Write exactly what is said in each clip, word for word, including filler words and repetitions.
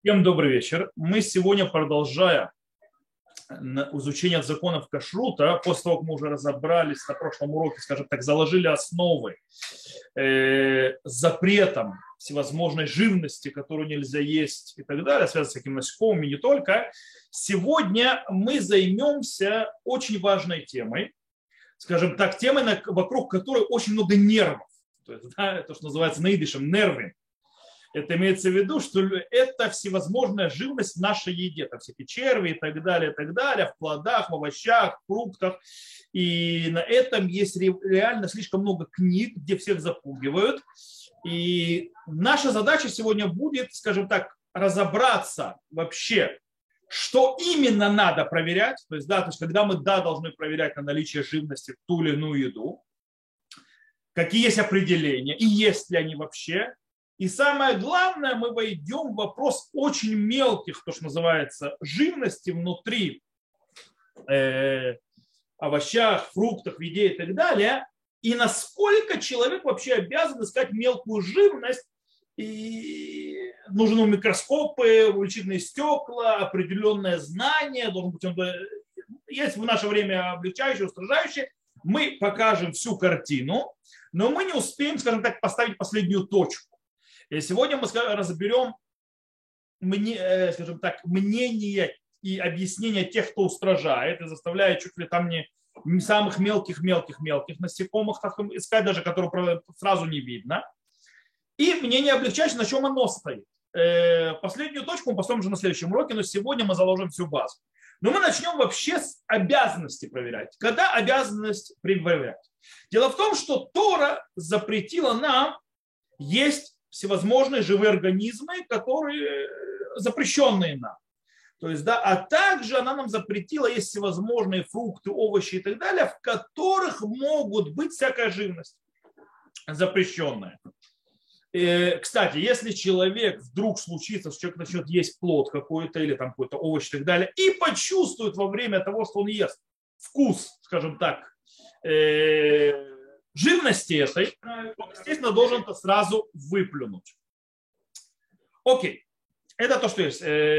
Всем добрый вечер. Мы сегодня, продолжая на- изучение законов кашрута, после того, как мы уже разобрались на прошлом уроке, скажем так, заложили основы э, запретом всевозможной живности, которую нельзя есть и так далее, связанной с такими насекомыми, не только. Сегодня мы займемся очень важной темой, скажем так, темой, на- вокруг которой очень много нервов. То есть, да, то, что называется на идыше нервы. Это имеется в виду, что это всевозможная живность в нашей еде, там всякие черви и так далее, и так далее, в плодах, в овощах, в фруктах. И на этом есть реально слишком много книг, где всех запугивают. И наша задача сегодня будет, скажем так, разобраться вообще, что именно надо проверять. То есть, да, то есть когда мы да, должны проверять на наличие живности в ту или иную еду, какие есть определения и есть ли они вообще. И самое главное, мы войдем в вопрос очень мелких, то, что называется, живности внутри э, овощах, фруктах, в еде и так далее. И насколько человек вообще обязан искать мелкую живность. И нужны микроскопы, увеличительные стекла, определенное знание. Должен быть он, есть в наше время облегчающее, устражающее. Мы покажем всю картину, но мы не успеем, скажем так, поставить последнюю точку. И сегодня мы разберем мне, скажем так, мнение и объяснение тех, кто устражает и заставляет чуть ли там не самых мелких-мелких-мелких насекомых так искать, даже которые сразу не видно. И мнение облегчающее, на чем оно стоит. Последнюю точку мы поставим уже на следующем уроке, но сегодня мы заложим всю базу. Но мы начнем вообще с обязанности проверять. Когда обязанность проверять? Дело в том, что Тора запретила нам есть всевозможные живые организмы, которые запрещенные нам. То есть, да, а также она нам запретила есть всевозможные фрукты, овощи и так далее, в которых могут быть всякая живность запрещенная. И, кстати, если человек вдруг случится, что человек начнет есть плод какой-то или там какой-то овощ и так далее, и почувствует во время того, что он ест, вкус, скажем так, э- живности этой, он, естественно, должен это сразу выплюнуть. Окей. Это то, что есть.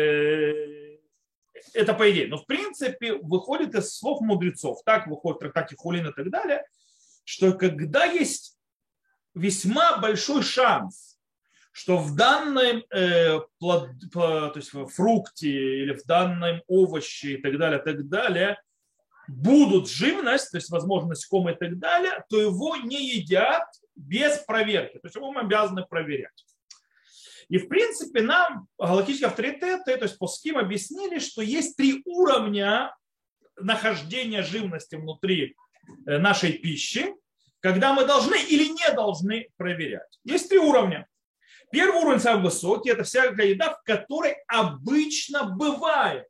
Это по идее. Но в принципе выходит из слов мудрецов, так выходит в трактате Хулин и так далее, что когда есть весьма большой шанс, что в данном э, плод, то есть в фрукте или в данном овоще и так далее, так далее, будут живность, то есть, возможно, насекомые и так далее, то его не едят без проверки. То есть его мы обязаны проверять. И, в принципе, нам галактические авторитеты, то есть поским объяснили, что есть три уровня нахождения живности внутри нашей пищи, когда мы должны или не должны проверять. Есть три уровня. Первый уровень, самый высокий, это всякая еда, в которой обычно бывает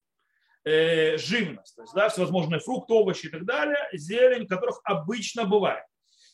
живность, то есть, да, всевозможные фрукты, овощи и так далее, зелень, которых обычно бывает.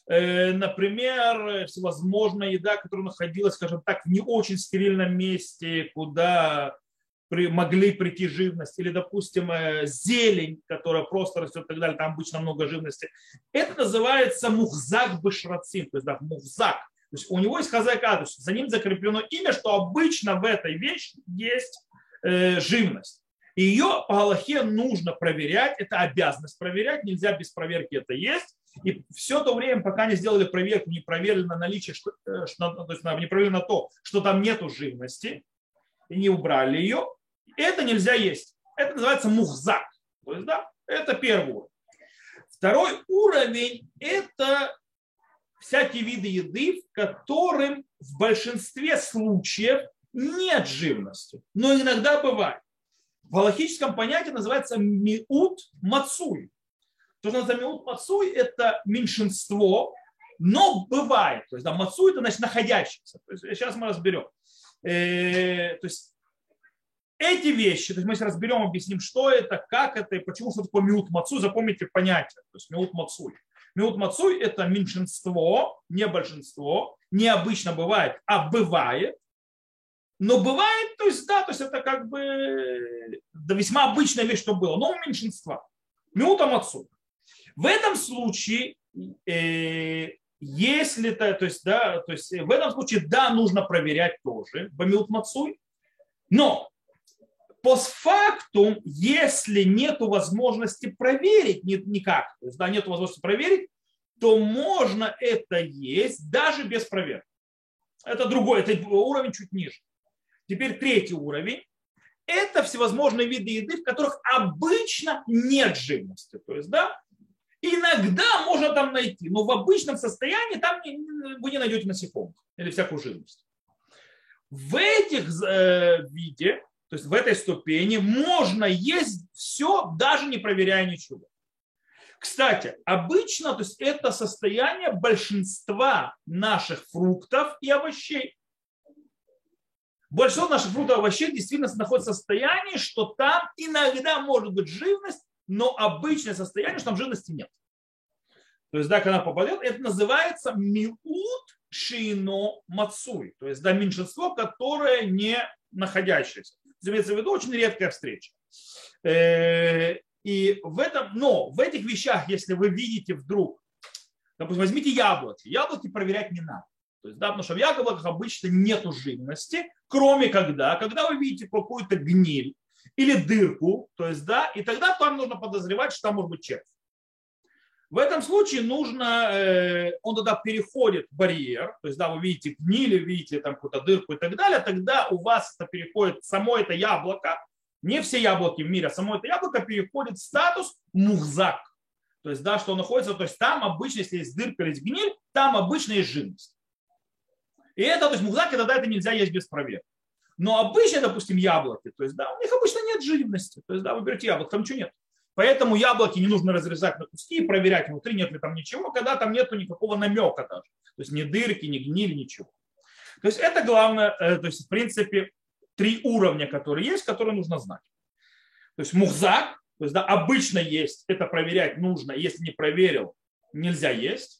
Например, всевозможная еда, которая находилась, скажем так, в не очень стерильном месте, куда при, могли прийти живность, или, допустим, зелень, которая просто растет и так далее, там обычно много живности. Это называется мухзак бешрацим, то есть да, мухзак. То есть у него есть хазайка, то есть за ним закреплено имя, что обычно в этой вещи есть э, живность. И ее по галахе нужно проверять, это обязанность проверять, нельзя без проверки это есть. И все то время, пока не сделали проверку, не проверили на наличие, что, что, то есть не проверили на то, что там нету живности, и не убрали ее, это нельзя есть. Это называется мухзак. То есть, да, это первый уровень. Второй уровень – это всякие виды еды, в которых в большинстве случаев нет живности, но иногда бывает. В галахическом понятии называется миут мацуй. То, что называется миут мацуй, это меньшинство, но бывает. То есть да, мацуй это значит находящийся. То есть, сейчас мы разберем. Э, то есть эти вещи, то есть мы сейчас разберем, объясним, что это, как это и почему, что такое миут мацуй. Запомните понятие. То есть миут мацуй. Миут мацуй это меньшинство, не большинство. Необычно бывает, а бывает. Но бывает, то есть, да, то есть это как бы да, весьма обычная вещь, что было, но у меньшинства. Миута мацуй. В этом случае, э, если-то, то есть, да, то есть в этом случае, да, нужно проверять тоже, бамиут мацуй, Но постфактум, если нет возможности проверить никак, то есть, да, нет возможности проверить, то можно это есть даже без проверки. Это другой, это уровень чуть ниже. Теперь третий уровень. Это всевозможные виды еды, в которых обычно нет живности. То есть, да, иногда можно там найти, но в обычном состоянии там вы не найдете насекомых или всякую живность. В этих э, виде, то есть в этой ступени можно есть все, даже не проверяя ничего. Кстати, обычно, то есть это состояние большинства наших фруктов и овощей. Большинство наших фруктов и овощей действительно находится в состоянии, что там иногда может быть живность, но обычное состояние, что там живности нет. То есть, да, когда попадет, это называется миут шино мацуй. То есть, да, меньшинство, которое не находящееся. Имеется в виду очень редкая встреча. И в этом, но в этих вещах, если вы видите вдруг, допустим, возьмите яблоки. Яблоки проверять не надо. То есть, да, потому что в яблоках обычно нет живности, кроме когда, когда вы видите какую-то гниль или дырку, то есть, да, и тогда там нужно подозревать, что там может быть червь. В этом случае нужно, он тогда переходит барьер, то есть, да, вы видите гниль, видите там какую-то дырку и так далее, тогда у вас это переходит, само это яблоко, не все яблоки в мире, а само это яблоко переходит в статус мухзак. То есть, да, что он находится, то есть там обычно, если есть дырка или есть гниль, там обычно есть живность. И это, то есть мухзак, и тогда это нельзя есть без проверки. Но обычно, допустим, яблоки, то есть, да, у них обычно нет живности. То есть, да, вы берете яблоко, там ничего нет. Поэтому яблоки не нужно разрезать на куски и проверять внутри, нет ли там ничего, когда там нету никакого намека даже. То есть ни дырки, ни гнили, ничего. То есть это главное, то есть в принципе три уровня, которые есть, которые нужно знать. То есть мухзак, то есть да, обычно есть, это проверять нужно, если не проверил, нельзя есть.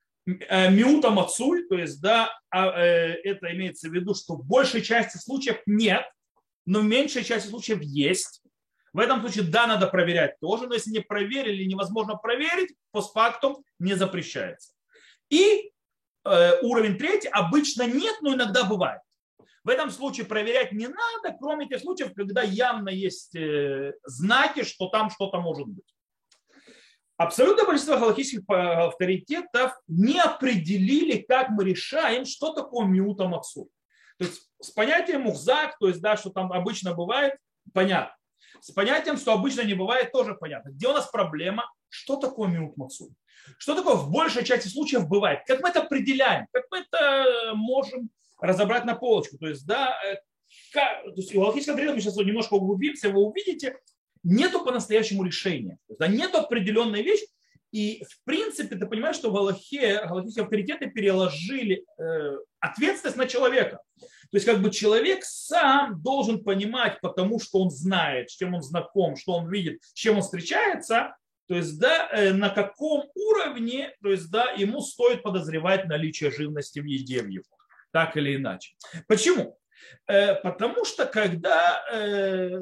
Миута мацуй, то есть да, это имеется в виду, что в большей части случаев нет, но в меньшей части случаев есть. В этом случае, да, надо проверять тоже, но если не проверили, невозможно проверить, постфактум не запрещается. И э, уровень третий обычно нет, но иногда бывает. В этом случае проверять не надо, кроме тех случаев, когда явно есть э, знаки, что там что-то может быть. Абсолютное большинство галактических авторитетов не определили, как мы решаем, что такое миута мацуй. То есть с понятием мухзак, то есть да, что там обычно бывает, понятно. С понятием, что обычно не бывает, тоже понятно. Где у нас проблема? Что такое миут мацуй? Что такое в большей части случаев бывает? Как мы это определяем? Как мы это можем разобрать на полочку? То есть, да, как, то есть, у галактического авторитета мы сейчас немножко углубимся, вы увидите, нету по-настоящему решения. То есть, да, нету определенной вещи. И, в принципе, ты понимаешь, что в Аллахе галактические авторитеты переложили э, ответственность на человека. То есть, как бы человек сам должен понимать, потому что он знает, с чем он знаком, что он видит, с чем он встречается, то есть, да, э, на каком уровне, то есть, да, ему стоит подозревать наличие живности в еде в его, так или иначе. Почему? Э, потому что, когда... Э,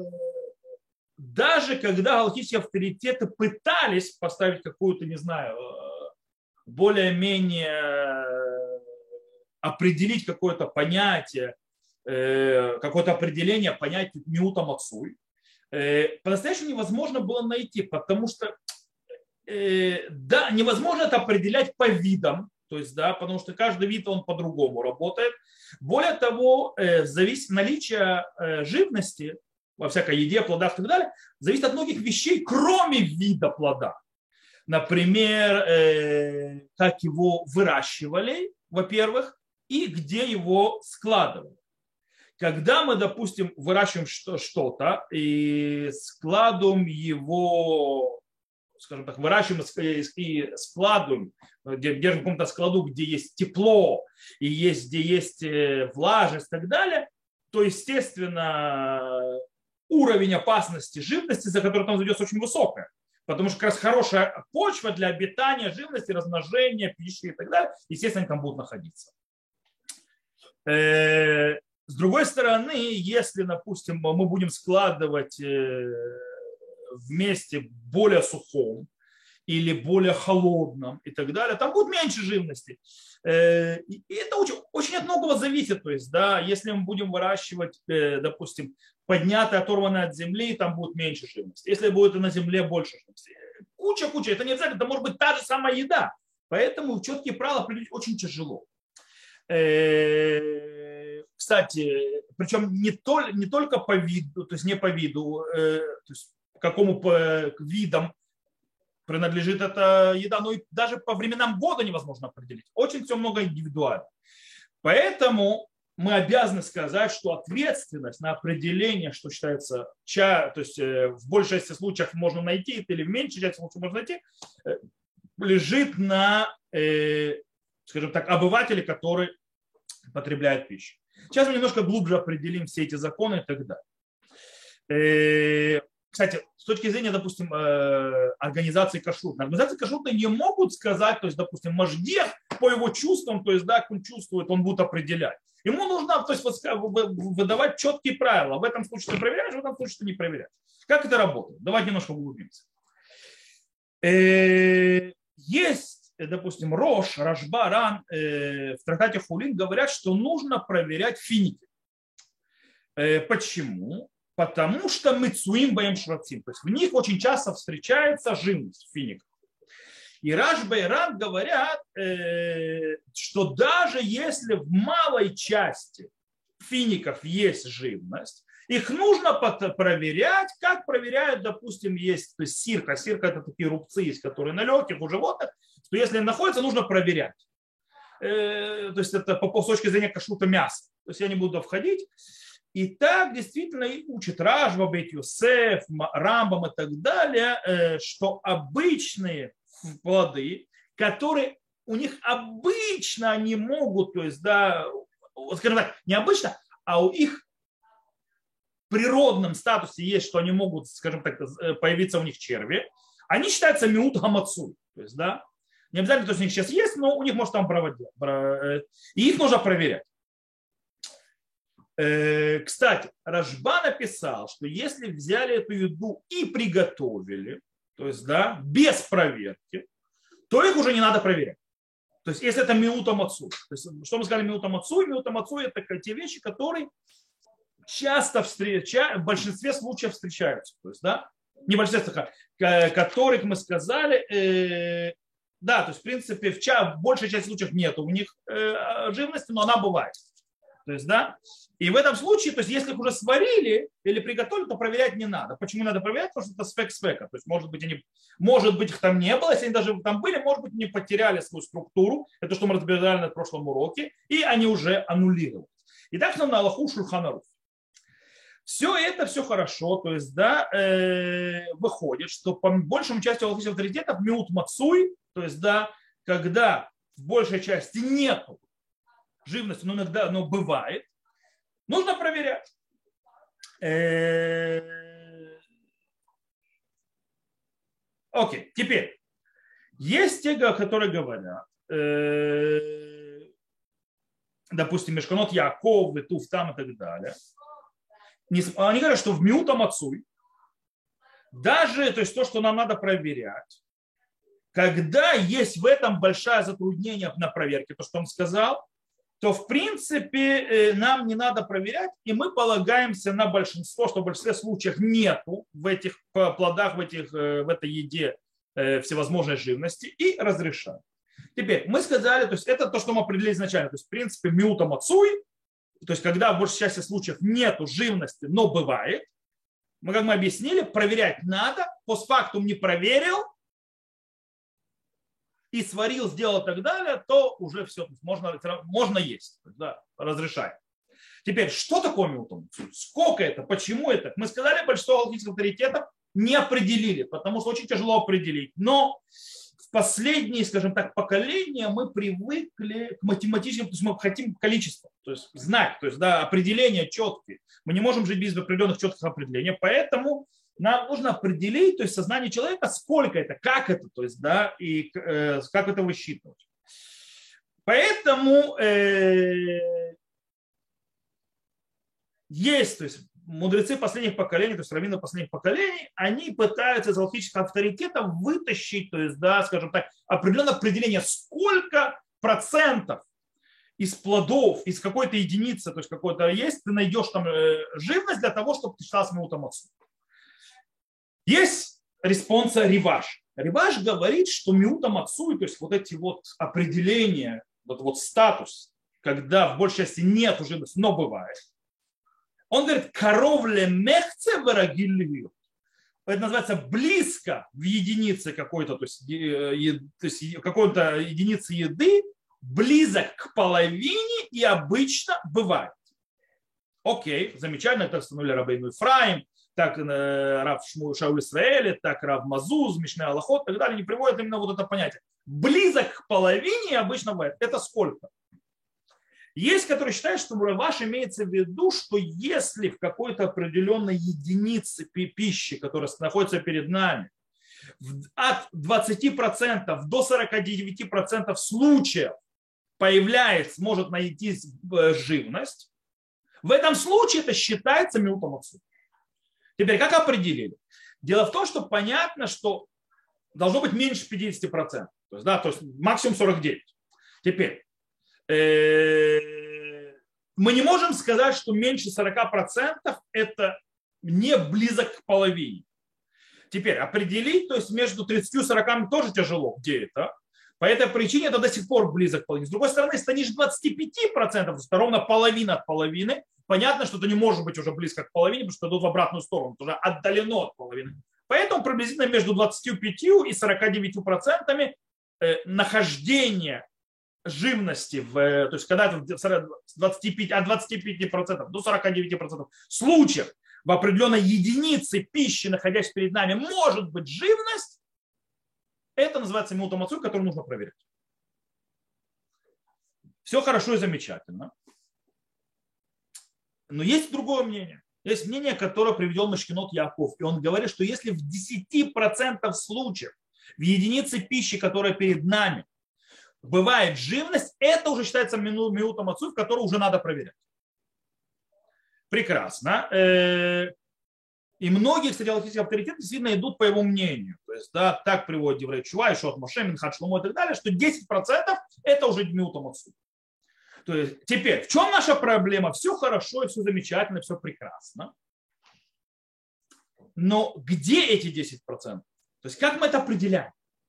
Даже когда галактические авторитеты пытались поставить какую-то, не знаю, более-менее определить какое-то понятие, какое-то определение понятия миута мацуй, по-настоящему невозможно было найти, потому что да, невозможно это определять по видам, то есть, да, потому что каждый вид он по-другому работает. Более того, зависит наличие живности во всякой еде, плодах и так далее, зависит от многих вещей, кроме вида плода. Например, э, как его выращивали, во-первых, и где его складывали. Когда мы, допустим, выращиваем что-то и складываем его, скажем так, выращиваем и складываем, держим в каком-то складу, где есть тепло, и есть, где есть влажность и так далее, то, естественно, уровень опасности живности, за который там зайдется, очень высокая. Потому что как раз хорошая почва для обитания живности, размножения, пищи и так далее, естественно, они там будут находиться. С другой стороны, если, допустим, мы будем складывать вместе более сухом, или более холодном и так далее, там будет меньше живности. Э, И это очень, очень от многого зависит. То есть, да, если мы будем выращивать, э, допустим, поднятое, оторванное от земли, там будет меньше живности. Если будет на земле больше живности. Куча-куча. Это не обязательно, это может быть та же самая еда. Поэтому четкие правила определить очень тяжело. Э, Кстати, причем не, толь, не только по виду, то есть не по виду, э, то есть какому по видам принадлежит эта еда, но и даже по временам года невозможно определить. Очень все много индивидуально. Поэтому мы обязаны сказать, что ответственность на определение, что считается, ча, то есть в большей части случаев можно найти это или в меньшей части случаев можно найти, лежит на, скажем так, обывателе, который потребляет пищу. Сейчас мы немножко глубже определим все эти законы и так далее. Кстати, с точки зрения, допустим, организации кашрута, организации кашрута не могут сказать, то есть, допустим, мажгех по его чувствам, то есть, да, как он чувствует, он будет определять. Ему нужно, то есть, выдавать четкие правила. В этом случае ты проверяешь, в этом случае ты не проверяешь. Как это работает? Давайте немножко углубимся. Есть, допустим, Рош, Рашба, Ран в трактате Хулин говорят, что нужно проверять финики. Почему? Потому что мы цуим баем шрацим. То есть в них очень часто встречается живность в финиках. И Рашба и Ран говорят, что даже если в малой части фиников есть живность, их нужно проверять, как проверяют, допустим, есть то есть сирка. Сирка – это такие рубцы, есть, которые на легких у животных, что если находится, нужно проверять. То есть это с точки зрения кашрута мяса. То есть я не буду входить. И так действительно и учит Рашба, Бейт Йосеф, Рамбам и так далее, что обычные плоды, которые у них обычно они могут, то есть, да, скажем так, не обычно, а у их природном статусе есть, что они могут, скажем так, появиться у них черви, они считаются миут гамацуй. То есть, да, не обязательно, то есть у них сейчас есть, но у них может там проводить. И их нужно проверять. Кстати, Рашба написал, что если взяли эту еду и приготовили, то есть, да, без проверки, то их уже не надо проверять. То есть, если это миута мацуй. То есть, что мы сказали миута мацуй? Миута мацуй – это те вещи, которые часто встречаются, в большинстве случаев встречаются. То есть, да, не в большинстве, которых мы сказали, э, да, то есть, в принципе, в, ча, в большей части случаев нет у них э, живности, но она бывает. То есть, да, и в этом случае, то есть, если их уже сварили или приготовили, то проверять не надо. Почему надо проверять? Потому что это спек спека. То есть, может быть, они, может быть, их там не было, если они даже там были, может быть, они потеряли свою структуру. Это что мы разбирали на прошлом уроке, и они уже аннулировались. И так нам на Аллаху Шульхан Арух. Все это, все хорошо, то есть, да, э, выходит, что по большему части аллахических авторитетов миут мацуй, то есть, да, когда в большей части нету живности, но иногда оно бывает, нужно проверять. Окей, теперь. Есть те, которые говорят, допустим, Мешканот Яаков, Ветуф там и так далее. Они говорят, что в миута мацуй, даже то, есть то, что нам надо проверять, когда есть в этом большое затруднение на проверке, то, что он сказал, то в принципе нам не надо проверять, и мы полагаемся на большинство, что в большинстве случаев нету в этих плодах, в, этих, в этой еде всевозможной живности, и разрешаем. Теперь мы сказали, то есть это то, что мы определили изначально, то есть в принципе миута мацуй, то есть когда в большей части случаев нету живности, но бывает, мы, как мы объяснили, проверять надо, постфактум не проверил, и сварил, сделал и так далее, то уже все, можно, можно есть, да, разрешаем. Теперь, что такое миутам? Сколько это? Почему это? Мы сказали, большинство галактических авторитетов не определили, потому что очень тяжело определить. Но в последние, скажем так, поколения мы привыкли к математическим, то есть мы хотим количество, то есть знать, то есть да, определения четкие. Мы не можем жить без определенных четких определений, поэтому нам нужно определить, то есть сознание человека, сколько это, как это, то есть, да, и э, как это высчитывать. Поэтому э, есть, то есть мудрецы последних поколений, то есть раввины последних поколений, они пытаются из галактического авторитета вытащить, то есть, да, скажем так, определенное определение, сколько процентов из плодов, из какой-то единицы, то есть какой-то есть, ты найдешь там живность для того, чтобы ты считался меутом отцу. Есть респонса Риваш. Риваш говорит, что меутом отцу, то есть вот эти вот определения, вот, вот статус, когда в большей части нет уже, но бывает. Он говорит, коровле мехце вырагилью. Это называется близко в единице какой-то, то есть, е, то есть какой-то единицы еды, близок к половине и обычно бывает. Окей, замечательно, так становили Рабейну Ифраим, так Рав Шауль Исраэль, так Рав Мазуз, Мишне Алахот, и так далее, не приводят именно вот это понятие. Близок к половине обычно бывает. Это сколько? Есть, которые считают, что Раваш имеется в виду, что если в какой-то определенной единице пищи, которая находится перед нами, от двадцати процентов до сорока девяти процентов случаев появляется, может найти живность, в этом случае это считается меутом отцу. Теперь, как определили? Дело в том, что понятно, что должно быть меньше пятидесяти процентов. То есть, да, то есть максимум сорок девять процентов. Теперь, мы не можем сказать, что меньше сорока процентов это не близок к половине. Теперь определить, то есть между тридцатью и сороками тоже тяжело, где это. По этой причине это до сих пор близок к половине. С другой стороны, если это ниже двадцати пяти процентов, то есть ровно половина от половины, понятно, что это не может быть уже близко к половине, потому что идут в обратную сторону, это уже отдалено от половины. Поэтому приблизительно между двадцатью пятью и сорока девятью процентами нахождение живности, в, то есть когда это с двадцати пяти, от двадцати пяти процентов до сорока девяти процентов случаев в определенной единице пищи, находясь перед нами, может быть живность, это называется меутом отцу, который нужно проверять. Все хорошо и замечательно. Но есть другое мнение. Есть мнение, которое приведел Мишкинот Яков. И он говорит, что если в десяти процентах случаев в единице пищи, которая перед нами, бывает живность, это уже считается меутом отцу, в который уже надо проверять. Прекрасно. И многие, кстати, галактические авторитеты действительно идут по его мнению. То есть, да, так приводит Деврей Чува, еще от Моше, Минхат Шломо и так далее, что десять процентов это уже меутом отцу. То есть, теперь, в чем наша проблема? Все хорошо, и все замечательно, все прекрасно. Но где эти десять процентов? То есть, как мы это определяем?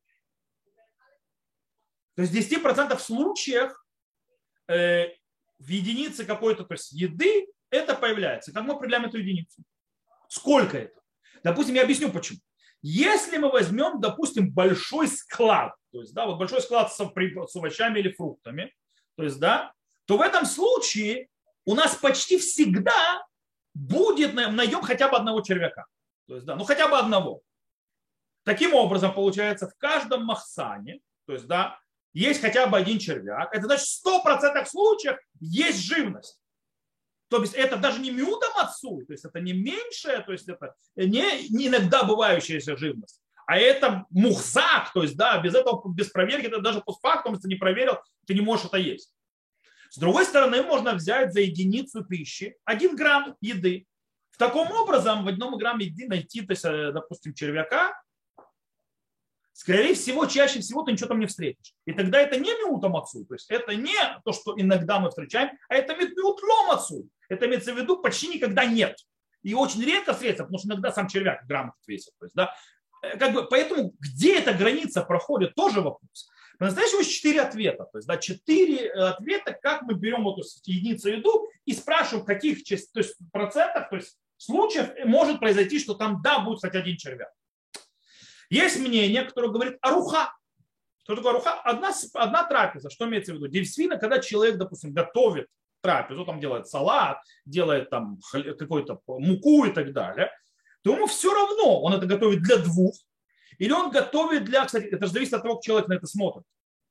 То есть в десяти процентах случаях э, в единице какой-то, то есть еды, это появляется. Как мы определяем эту единицу? Сколько это? Допустим, я объясню почему. Если мы возьмем, допустим, большой склад, то есть, да, вот большой склад с, с овощами или фруктами, то есть, да, то в этом случае у нас почти всегда будет, найдем хотя бы одного червяка. То есть, да, ну хотя бы одного. Таким образом, получается, в каждом махсане, то есть, да, есть хотя бы один червяк. Это значит, в сто процентов случаев есть живность. То есть это даже не меутом отцу, то есть это не меньшая, то есть это не, не иногда бывающаяся живность, а это мухзак, то есть да, без этого, без проверки, это даже постфактум, если ты не проверил, ты не можешь это есть. С другой стороны, можно взять за единицу пищи один грамм еды. В таком образом в одном грамме еды найти, то есть, допустим, червяка, скорее всего, чаще всего ты ничего там не встретишь. И тогда это не меутом отцу, то есть это не то, что иногда мы встречаем, а это меутлом отцу. Это имеется в виду почти никогда нет. И очень редко встретится, потому что иногда сам червяк грамм весит. То есть, да, как бы, поэтому где эта граница проходит, тоже вопрос. По-настоящему есть четыре ответа. То есть, да, четыре ответа, как мы берем эту единицу еду и спрашиваем, в каких то есть, процентах, то есть случаев может произойти, что там да, будет хоть один червяк. Есть мнение, которое говорит аруха. Что такое аруха? Одна, одна трапеза. Что имеется в виду? Действительно, когда человек, допустим, готовит трапезу, там делает салат, делает там какую-то муку и так далее, то ему все равно, он это готовит для двух, или он готовит для, кстати, это же зависит от того, как человек на это смотрит.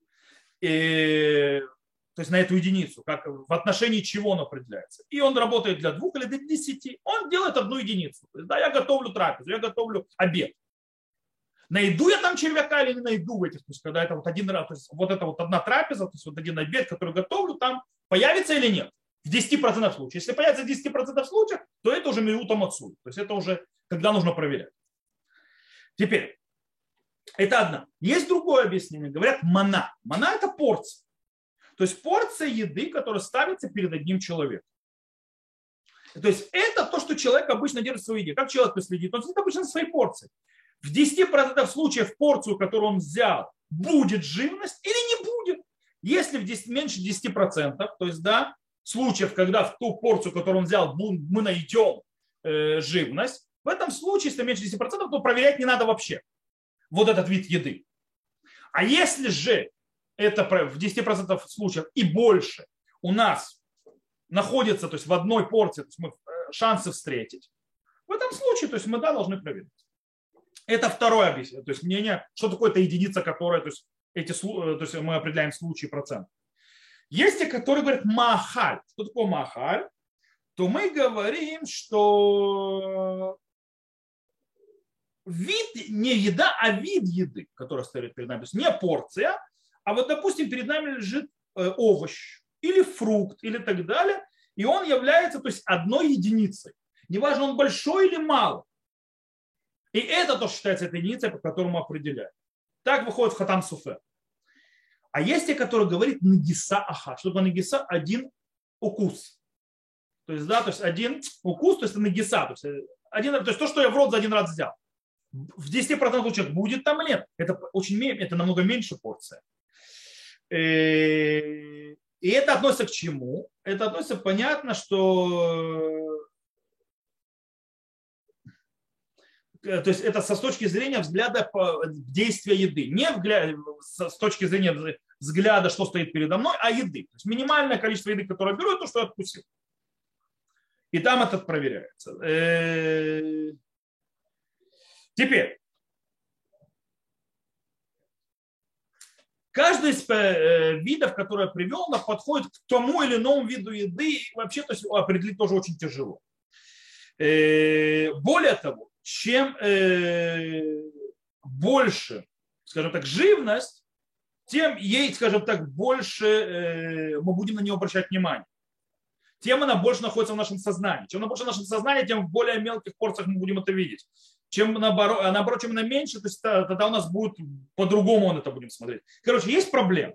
И, то есть на эту единицу, как, в отношении чего он определяется. И он работает для двух или для десяти. Он делает одну единицу. То есть, да, я готовлю трапезу, я готовлю обед. Найду я там червяка или не найду в этих, то есть когда это вот один раз, то есть вот это вот одна трапеза, то есть вот один обед, который готовлю, там появится или нет. В десяти процентах случаев. Если появится в десяти процентах случаев, то это уже миутам отцу. То есть это уже когда нужно проверять. Теперь, это одна. Есть другое объяснение. Говорят мана. Мана это порция. То есть порция еды, которая ставится перед одним человеком. То есть это то, что человек обычно держит в своей еде. Как человек следит? Он следит обычно за своей порцией. В десяти процентах случаев порцию, которую он взял, будет живность или не будет. Если в десять, меньше десяти процентов, то есть да, случаев, когда в ту порцию, которую он взял, мы найдем э, живность, в этом случае, если меньше десяти процентов, то проверять не надо вообще. Вот этот вид еды. А если же это в десяти процентах случаев и больше у нас находится, то есть в одной порции, то есть мы шансы встретить, в этом случае, то есть мы да, должны проверить. Это второе объяснение, то есть мнение, что такое эта единица, которая, то есть, эти, то есть мы определяем случаи процент. Есть те, которые говорят махаль. Что такое махаль? То мы говорим, что вид не еда, а вид еды, которая стоит перед нами. То есть не порция, а вот, допустим, перед нами лежит овощ или фрукт или так далее, и он является, то есть, одной единицей. Неважно, он большой или малый. И это то, что считается этой единицей, по которой мы определяем. Так выходит в Хатам Суфер. А есть те, которые говорят нагиса аха, что такое нагиса? Один укус. То есть, да, то есть один укус, то есть нагиса, то есть, один, то есть то, что я в рот за один раз взял. В десяти процентах случаев будет там или нет. Это, очень, это намного меньше порция. И это относится к чему? Это относится, понятно, что то есть это со с точки зрения взгляда действия еды. Не с точки зрения взгляда, что стоит передо мной, а еды. То есть минимальное количество еды, которое я беру, это то, что я откусил. И там это проверяется. Теперь. Каждый из видов, который я привел, подходит к тому или иному виду еды. Вообще, то есть определить тоже очень тяжело. Более того, чем больше, скажем так, живность, тем ей, скажем так, больше мы будем на нее обращать внимание. Тем она больше находится в нашем сознании. Чем она больше в нашем сознании, тем в более мелких порциях мы будем это видеть. Чем наоборот, наоборот чем она меньше, то есть тогда у нас будет по-другому он это будем смотреть. Короче, есть проблема.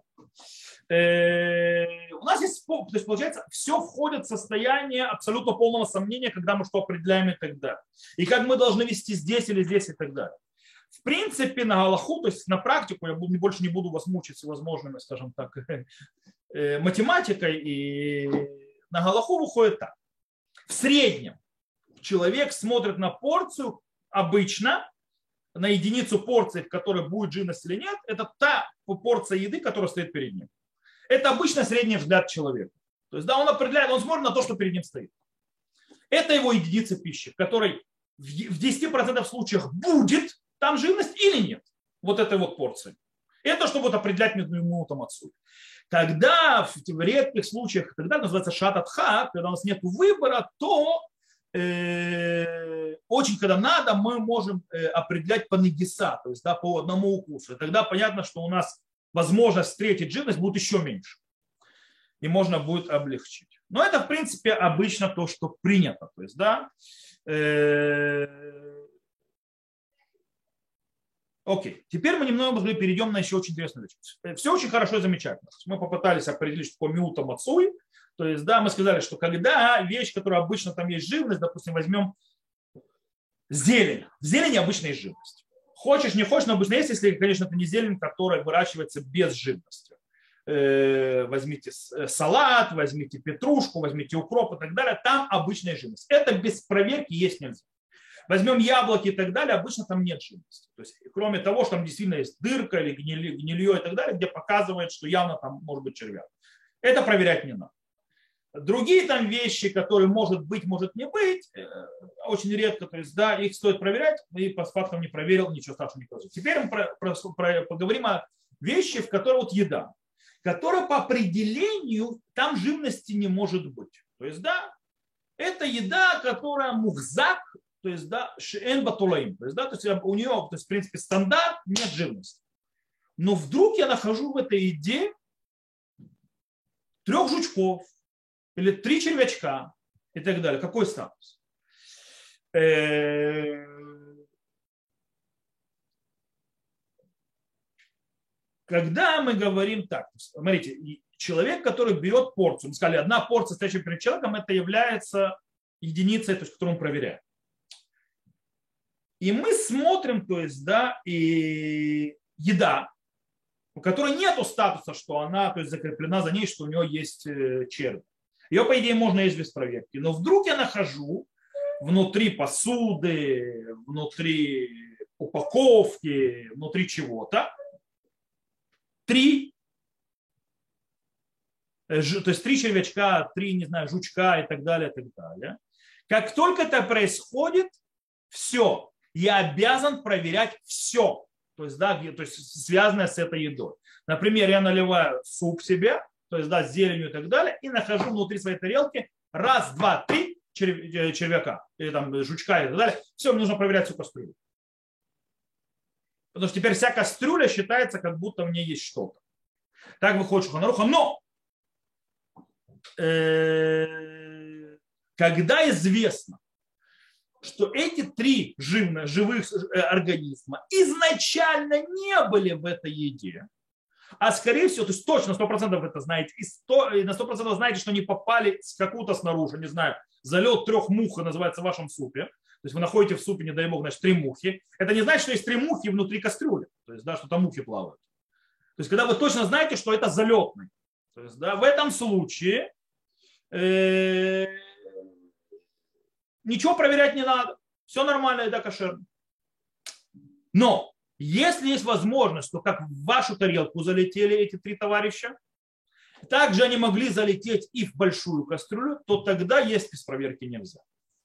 У нас есть, то есть получается, все входит в состояние абсолютно полного сомнения, когда мы что определяем и так далее. И как мы должны вести здесь или здесь и так далее. В принципе, на галаху, то есть на практику, я больше не буду вас мучить всевозможными, скажем так, математикой, и на галаху выходит так. В среднем человек смотрит на порцию обычно, на единицу порции, в которой будет живность или нет, это та порция еды, которая стоит перед ним. Это обычно средний взгляд человека. То есть, да, он определяет, он смотрит на то, что перед ним стоит. Это его единица пищи, в которой в десяти процентах случаев будет там живность или нет. Вот этой вот порции. Это чтобы вот определять ему там отсюда. Когда в редких случаях, когда называется шататха, когда у нас нет выбора, то э, очень, когда надо, мы можем э, определять по нагиса, то есть да, по одному укусу. И тогда понятно, что у нас возможность встретить живность будет еще меньше. И можно будет облегчить. Но это, в принципе, обычно то, что принято. То есть, да, э, окей, теперь мы немного перейдем на еще очень интересную вещь. Все очень хорошо и замечательно. Мы попытались определить, что такое миута мацуй. То есть, да, мы сказали, что когда вещь, которая обычно там есть живность, допустим, возьмем зелень. В зелени обычно есть живность. Хочешь, не хочешь, но обычно есть, если, конечно, это не зелень, которая выращивается без живности. Возьмите салат, возьмите петрушку, возьмите укроп и так далее. Там обычная живность. Это без проверки есть нельзя. Возьмем яблоки и так далее, обычно там нет живности. То есть, кроме того, что там действительно есть дырка или гнилье и так далее, где показывает, что явно там может быть червяк. Это проверять не надо. Другие там вещи, которые может быть, может не быть, очень редко, то есть, да, их стоит проверять, и по фактам не проверил, ничего страшного не произошло. Теперь мы про, про, про, поговорим о вещи, в которой вот еда, которая по определению там живности не может быть. То есть, да, это еда, которая мухзак, то есть, да, шиэн батулаим, то есть, да, то есть у нее, то есть, в принципе, стандарт, нет живности. Но вдруг я нахожу в этой еде трех жучков, или три червячка и так далее. Какой статус? Когда мы говорим так, смотрите, человек, который берет порцию, мы сказали, одна порция, стоящая перед человеком, это является единицей, то есть, которую он проверяет. И мы смотрим, то есть, да, и еда, у которой нет статуса, что она, то есть, закреплена за ней, что у нее есть червь. Ее, по идее, можно есть без проверки. Но вдруг я нахожу внутри посуды, внутри упаковки, внутри чего-то, три, то есть три червячка, три, не знаю, жучка и так далее, и так далее. Как только это происходит, все, я обязан проверять все, то есть, да, то есть связанное с этой едой. Например, я наливаю суп себе, то есть, да, с зеленью и так далее, и нахожу внутри своей тарелки раз, два, три червяка, или там жучка и так далее. Все, мне нужно проверять всю кастрюлю. Потому что теперь вся кастрюля считается, как будто в ней есть что-то. Так выходит Шулхан Арух. Но э, когда известно, что эти три живных, живых организма изначально не были в этой еде, а скорее всего, то есть точно сто процентов это знаете, и, сто, и на сто процентов знаете, что они попали с какую-то снаружи, не знаю, залет трех мух называется в вашем супе. То есть вы находите в супе, не дай бог, значит, три мухи. Это не значит, что есть три мухи внутри кастрюли. То есть, да, что там мухи плавают. То есть, когда вы точно знаете, что это залетный. То есть, да, в этом случае э, ничего проверять не надо. Все нормально, еда кошерная. Но если есть возможность, то как в вашу тарелку залетели эти три товарища, также они могли залететь и в большую кастрюлю, то тогда есть без проверки нельзя.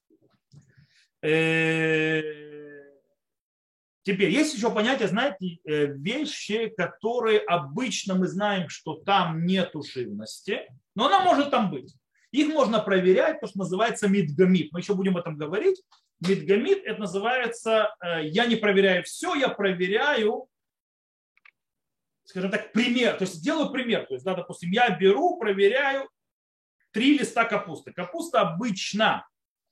Теперь есть еще понятие, знаете, вещи, которые обычно мы знаем, что там нету живности, но она может там быть. Их можно проверять, то, что называется мидгамит. Мы еще будем об этом говорить. Мидгамит это называется, я не проверяю все, я проверяю, скажем так, пример. То есть делаю пример. То есть, да, допустим, я беру, проверяю три листа капусты. Капуста обычно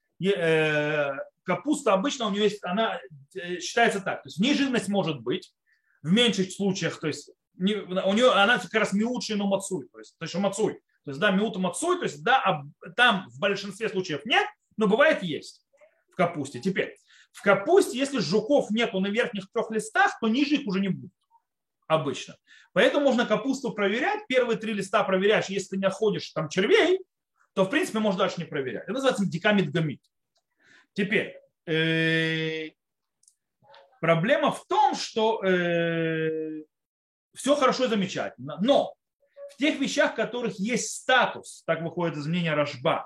Капуста обычно у нее есть, она считается так, то есть в ней жирность может быть, в меньших случаях, то есть у нее она как раз миучи, но мацуй, то есть, то есть мацуй, то есть да, миута мацуй, то есть да, там в большинстве случаев нет, но бывает есть в капусте. Теперь, в капусте, если жуков нету на верхних трех листах, то ниже их уже не будет обычно. Поэтому можно капусту проверять, первые три листа проверяешь, если ты не находишь там червей, то в принципе можно дальше не проверять. Это называется дикамид-гамид. Теперь, э, проблема в том, что э, все хорошо и замечательно, но в тех вещах, в которых есть статус, так выходит из мнения Рашба,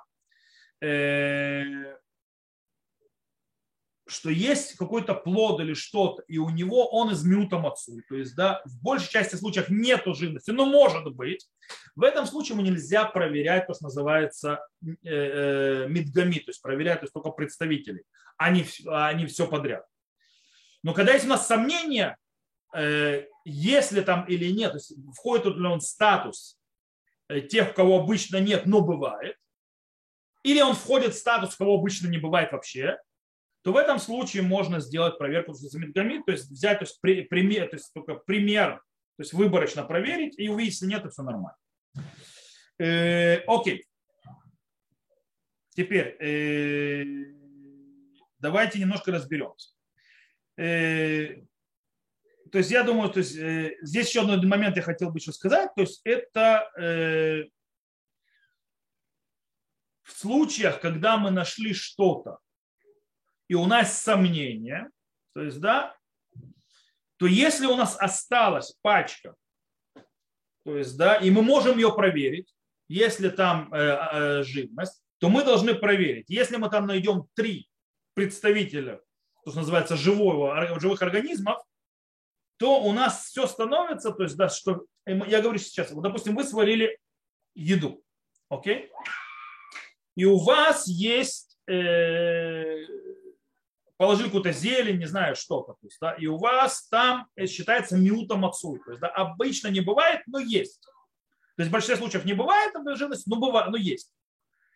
э, что есть какой-то плод или что-то, и у него он из миута мацуй, то есть да, в большей части случаев нету живности, но может быть. В этом случае ему нельзя проверять то, что называется э, э, мидгамит, то есть проверять то есть только представителей, а не, а не все подряд. Но когда есть у нас сомнения, э, если там или нет, то есть входит ли он в статус э, тех, у кого обычно нет, но бывает, или он входит в статус, у кого обычно не бывает вообще, то в этом случае можно сделать проверку за мидгамит, то есть взять то есть, при, пример, то есть только пример, то есть выборочно проверить и увидеть, если нет, то все нормально. Э, окей. Теперь э, давайте немножко разберемся. Э, то есть я думаю, то есть, э, здесь еще один момент я хотел бы еще сказать, то есть это э, в случаях, когда мы нашли что-то, и у нас сомнения, то есть, да, то если у нас осталась пачка, то есть, да, и мы можем ее проверить, если там э, э, живность, то мы должны проверить. Если мы там найдем три представителя, то, что называется, живого, живых организмов, то у нас все становится, то есть, да, что, я говорю сейчас, вот, допустим, вы сварили еду, окей, и у вас есть... Э, положили какую-то зелень, не знаю, что-то. То есть, да, и у вас там считается миута мацуй. То есть, да, обычно не бывает, но есть. То есть в большинстве случаев не бывает живности, но, бывает, но есть.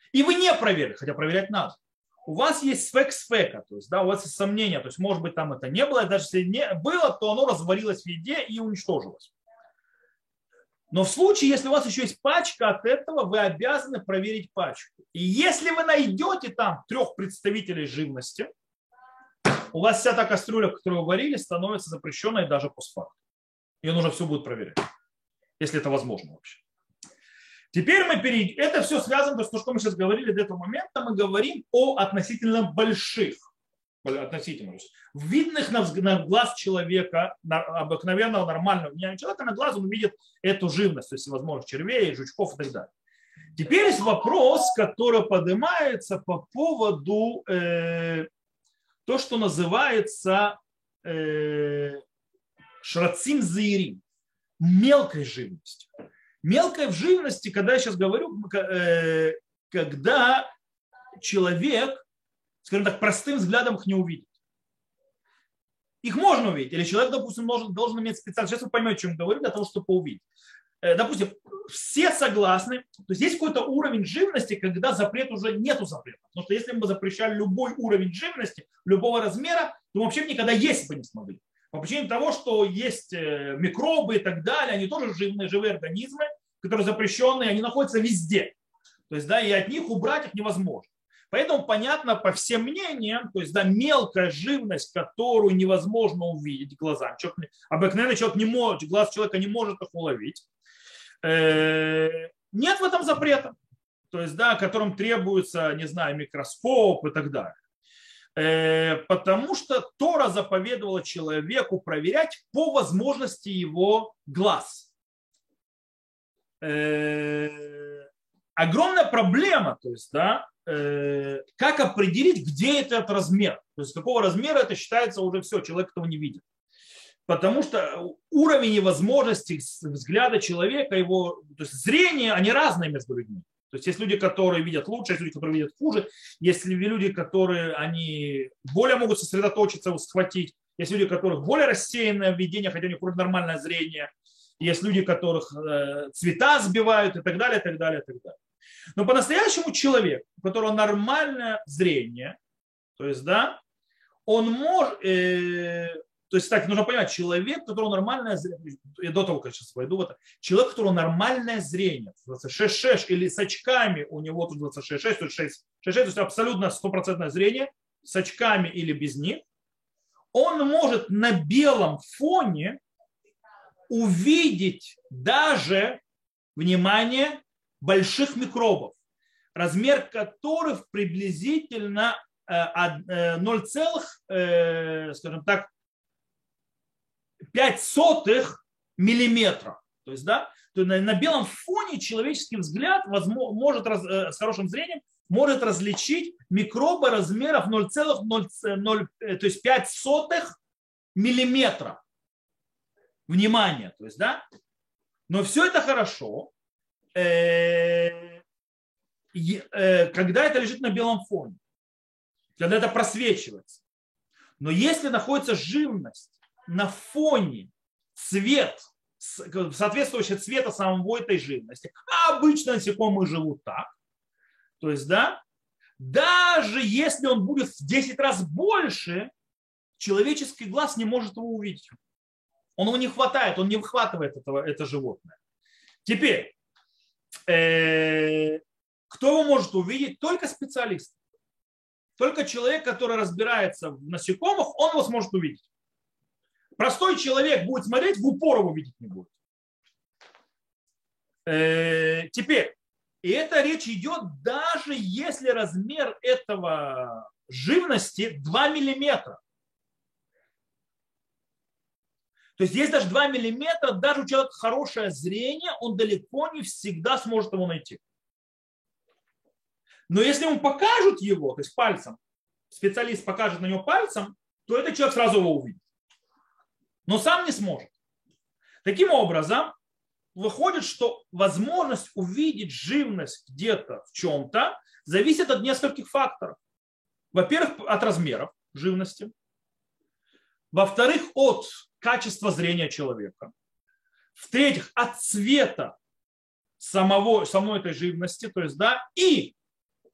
И вы не проверили, хотя проверять надо. У вас есть сфек сфека, то есть, да, у вас есть сомнения, то есть, может быть, там это не было, даже если не было, то оно развалилось в еде и уничтожилось. Но в случае, если у вас еще есть пачка от этого, вы обязаны проверить пачку. И если вы найдете там трех представителей живности, у вас вся та кастрюля, которую вы варили, становится запрещенной даже постфактум. Ее нужно все будет проверять, если это возможно вообще. Теперь мы перейдем. Это все связано с тем, что мы сейчас говорили до этого момента. Мы говорим о относительно больших, относительно видных на глаз человека, обыкновенного, нормального человека, на глаз он видит эту живность, то есть возможно червей, жучков и так далее. Теперь есть вопрос, который поднимается по поводу э, то, что называется э, шрацим заирим, мелкой живности. Мелкой в живности, когда я сейчас говорю, э, когда человек, скажем так, простым взглядом их не увидит. Их можно увидеть. Или человек, допустим, должен, должен иметь специально. Сейчас вы поймете, о чем я говорю, для того, чтобы увидеть. Э, допустим, все согласны. То есть есть какой-то уровень живности, когда запрет уже нету запрета. Потому что если бы мы запрещали любой уровень живности, любого размера, то вообще никогда есть бы не смогли. По причине того, что есть микробы и так далее, они тоже живые, живые организмы, которые запрещенные, они находятся везде. То есть, да, и от них убрать их невозможно. Поэтому понятно по всем мнениям, то есть, да, мелкая живность, которую невозможно увидеть глазами. Человек, обыкновенный человек не может, глаз человека не может их уловить. Нет в этом запрета. То есть, да, которым требуется, не знаю, микроскоп и так далее. Потому что Тора заповедовала человеку проверять по возможности его глаз. Огромная проблема, то есть, да, как определить, где этот размер. То есть, какого размера это считается уже все, человек этого не видит. Потому что уровень и возможности взгляда человека, его, то есть зрение, они разные между людьми. То есть есть люди, которые видят лучше, есть люди, которые видят хуже, есть люди, которые они более могут сосредоточиться, схватить, есть люди, у которых более рассеянное видение, хотя у них вроде нормальное зрение, есть люди, которых цвета сбивают и так далее, и так далее, и так далее. Но по-настоящему человек, у которого нормальное зрение, то есть, да, он может, э, то есть, кстати, нужно понимать, человек, у которого нормальное зрение, я до того, как сейчас пойду в это, человек, у которого нормальное зрение, двадцать шесть шесть или с очками у него тут двадцать шесть шесть, то есть шесть шесть, то есть абсолютно стопроцентное зрение, с очками или без них, он может на белом фоне увидеть даже, внимание, больших микробов, размер которых приблизительно ноль, скажем так, пять сотых миллиметра. То есть, да, то на, на белом фоне человеческий взгляд возможно, может раз, с хорошим зрением может различить микробы размеров ноль целых ноль, то есть пять сотых миллиметра. Внимание, то есть, да, но все это хорошо, э, э, когда это лежит на белом фоне, когда это просвечивается. Но если находится живность на фоне цвет, соответствующий цвета самого этой живности, а обычно насекомые живут так, то есть, да, даже если он будет в десять раз больше, человеческий глаз не может его увидеть. Он его не хватает, он не выхватывает этого, это животное. Теперь, э, кто его может увидеть? Только специалист. Только человек, который разбирается в насекомых, он его сможет увидеть. Простой человек будет смотреть, в упор его видеть не будет. Э, теперь, и эта речь идет даже если размер этого живности два миллиметра. То есть есть даже два миллиметра, даже у человека хорошее зрение, он далеко не всегда сможет его найти. Но если ему покажут его, то есть пальцем, специалист покажет на него пальцем, то этот человек сразу его увидит. Но сам не сможет. Таким образом, выходит, что возможность увидеть живность где-то в чем-то зависит от нескольких факторов. Во-первых, от размеров живности. Во-вторых, от качества зрения человека. В-третьих, от цвета самого, самой этой живности. То есть, да, и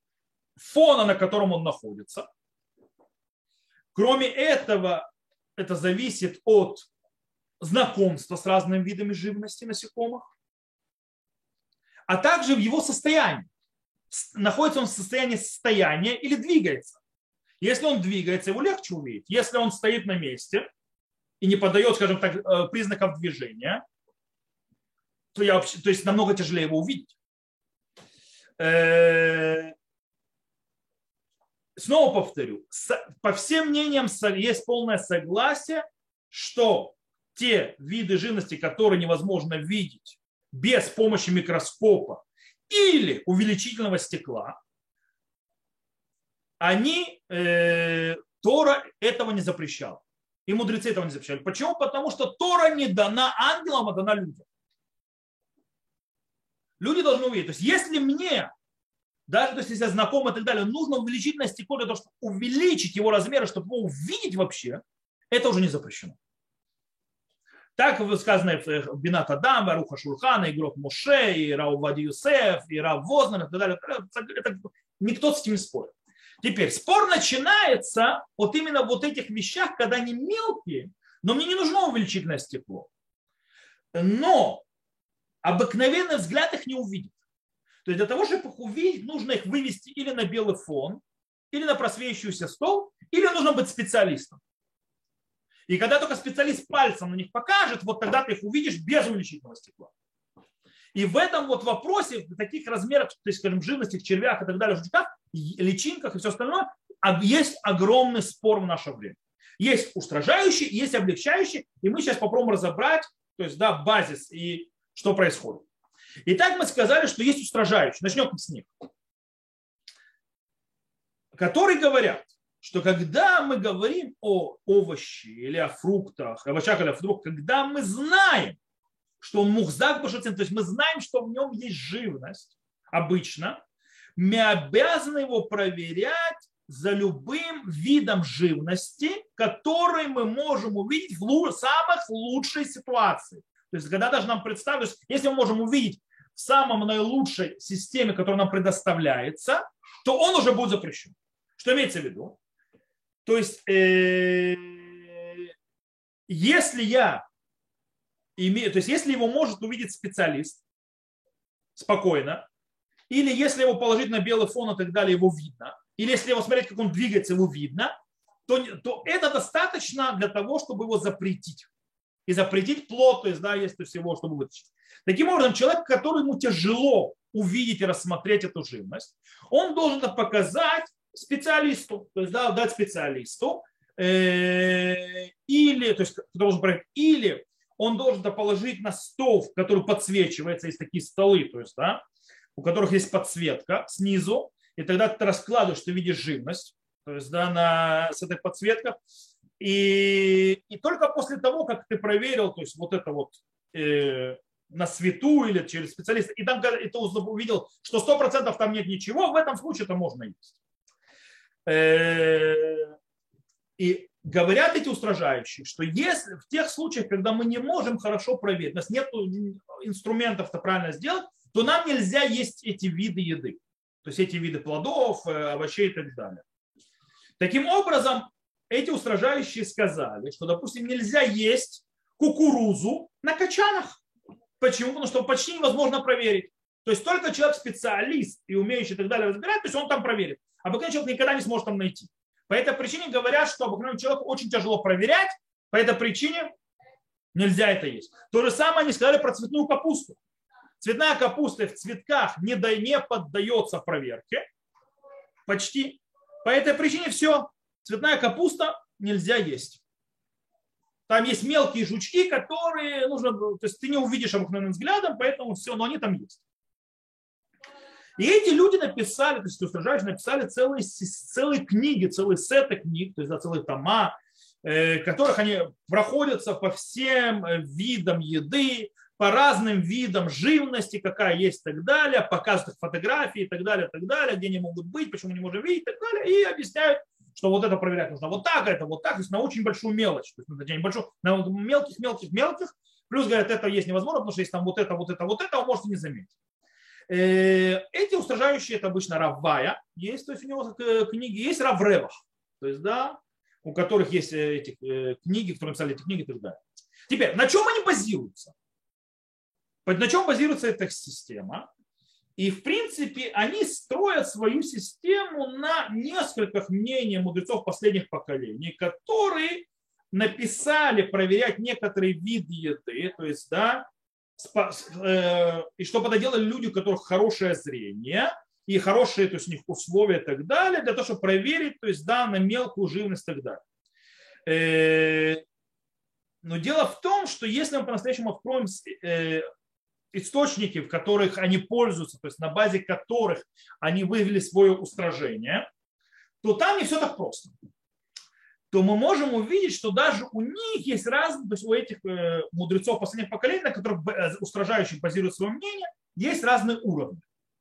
фона, на котором он находится. Кроме этого, это зависит от знакомства с разными видами живности насекомых, а также в его состоянии. Находится он в состоянии состояния или двигается. Если он двигается, его легче увидеть. Если он стоит на месте и не подает, скажем так, признаков движения, то, я, то есть намного тяжелее его увидеть. Снова повторю, по всем мнениям есть полное согласие, что те виды живности, которые невозможно видеть без помощи микроскопа или увеличительного стекла, они, э, Тора этого не запрещала. И мудрецы этого не запрещали. Почему? Потому что Тора не дана ангелам, а дана людям. Люди должны увидеть. То есть если мне, даже то есть, если я знаком и так далее, нужно увеличительное стекло для того, чтобы увеличить его размеры, чтобы его увидеть вообще, это уже не запрещено. Так сказано в Бинат Адам, Руха Шульхана, Игрок Моше, и Рау Вади Юсеф, и Рав Вознер, и так далее. Это, никто с этим не спорит. Теперь спор начинается вот именно вот этих вещах, когда они мелкие, но мне не нужно увеличительное стекло. Но обыкновенный взгляд их не увидит. То есть для того, чтобы их увидеть, нужно их вывести или на белый фон, или на просвечивающийся стол, или нужно быть специалистом. И когда только специалист пальцем на них покажет, вот тогда ты их увидишь без увеличительного стекла. И в этом вот вопросе, в таких размерах, то есть, скажем, живности, червях и так далее, в жучках, личинках и все остальное, есть огромный спор в наше время. Есть устражающий, есть облегчающий, и мы сейчас попробуем разобрать, то есть, да, базис и что происходит. Итак, мы сказали, что есть устражающие. Начнем с них. Которые говорят, что когда мы говорим о овощи или о фруктах, овощах или о фруктах, когда мы знаем, что он мухзак башацин, то есть мы знаем, что в нем есть живность, обычно, мы обязаны его проверять за любым видом живности, который мы можем увидеть в самых лучшей ситуации. То есть когда даже нам представить, если мы можем увидеть в самом наилучшей системе, которая нам предоставляется, то он уже будет запрещен. Что имеется в виду? То есть, э, если я имею, то есть, если его может увидеть специалист спокойно, или если его положить на белый фон и так далее, его видно, или если его смотреть, как он двигается, его видно, то, то это достаточно для того, чтобы его запретить. И запретить плод, то есть, да, есть то есть его, чтобы вытащить. Таким образом, человек, которому тяжело увидеть и рассмотреть эту живность, он должен это показать специалисту, то есть да, дать специалисту, э, или, то есть, должен проверить, или он должен это положить на стол, который подсвечивается, есть такие столы, то есть, да, у которых есть подсветка снизу, и тогда ты раскладываешь, ты видишь живность, то есть да, на, с этой подсветкой, и, и только после того, как ты проверил, то есть вот это вот э, на свету или через специалиста, и там и ты увидел, что сто процентов там нет ничего, в этом случае это можно есть. И говорят эти устражающие, что если в тех случаях, когда мы не можем хорошо проверить, у нас нет инструментов это правильно сделать, то нам нельзя есть эти виды еды. То есть эти виды плодов, овощей и так далее. Таким образом, эти устражающие сказали, что, допустим, нельзя есть кукурузу на качанах. Почему? Потому что почти невозможно проверить. То есть только человек-специалист и умеющий и так далее разбирать, то есть он там проверит. Обыкновенный человек никогда не сможет там найти. По этой причине говорят, что обыкновенному человеку очень тяжело проверять, по этой причине нельзя это есть. То же самое они сказали про цветную капусту. Цветная капуста в цветках не, до, не поддается проверке. Почти. По этой причине все. Цветная капуста нельзя есть. Там есть мелкие жучки, которые нужно, то есть ты не увидишь обыкновенным взглядом, поэтому все, но они там есть. И эти люди написали, то есть устражающие написали целые, целые книги, целые сеты книг, то есть да, целые тома, э, которых они проходятся по всем видам еды, по разным видам живности, какая есть и так далее, показывают фотографии и так далее, и так далее, где они могут быть, почему не можем видеть и так далее, и объясняют, что вот это проверять нужно вот так, это вот так, то есть на очень большую мелочь, то есть на небольшую, на мелких, мелких, мелких, плюс говорят, это есть невозможно, потому что если там вот это, вот это, вот это, вы можете не заметить. Эти устражающие, это обычно Раввая, есть, то есть у него книги, есть Равревах, то есть, да, у которых есть эти книги, которые написали эти книги и так далее. Теперь, на чем они базируются? На чем базируется эта система? И, в принципе, они строят свою систему на нескольких мнениях мудрецов последних поколений, которые написали проверять некоторые виды еды, то есть, да, и чтобы это делали люди, у которых хорошее зрение и хорошие, то есть, у них условия и так далее, для того, чтобы проверить, то есть, да, на мелкую живность и так далее. Но дело в том, что если мы по-настоящему откроем источники, в которых они пользуются, то есть на базе которых они вывели свое устражение, то там не все так просто. То мы можем увидеть, что даже у них есть разные, то есть у этих мудрецов последних поколений, на которых устражающих базируют свое мнение, есть разные уровни.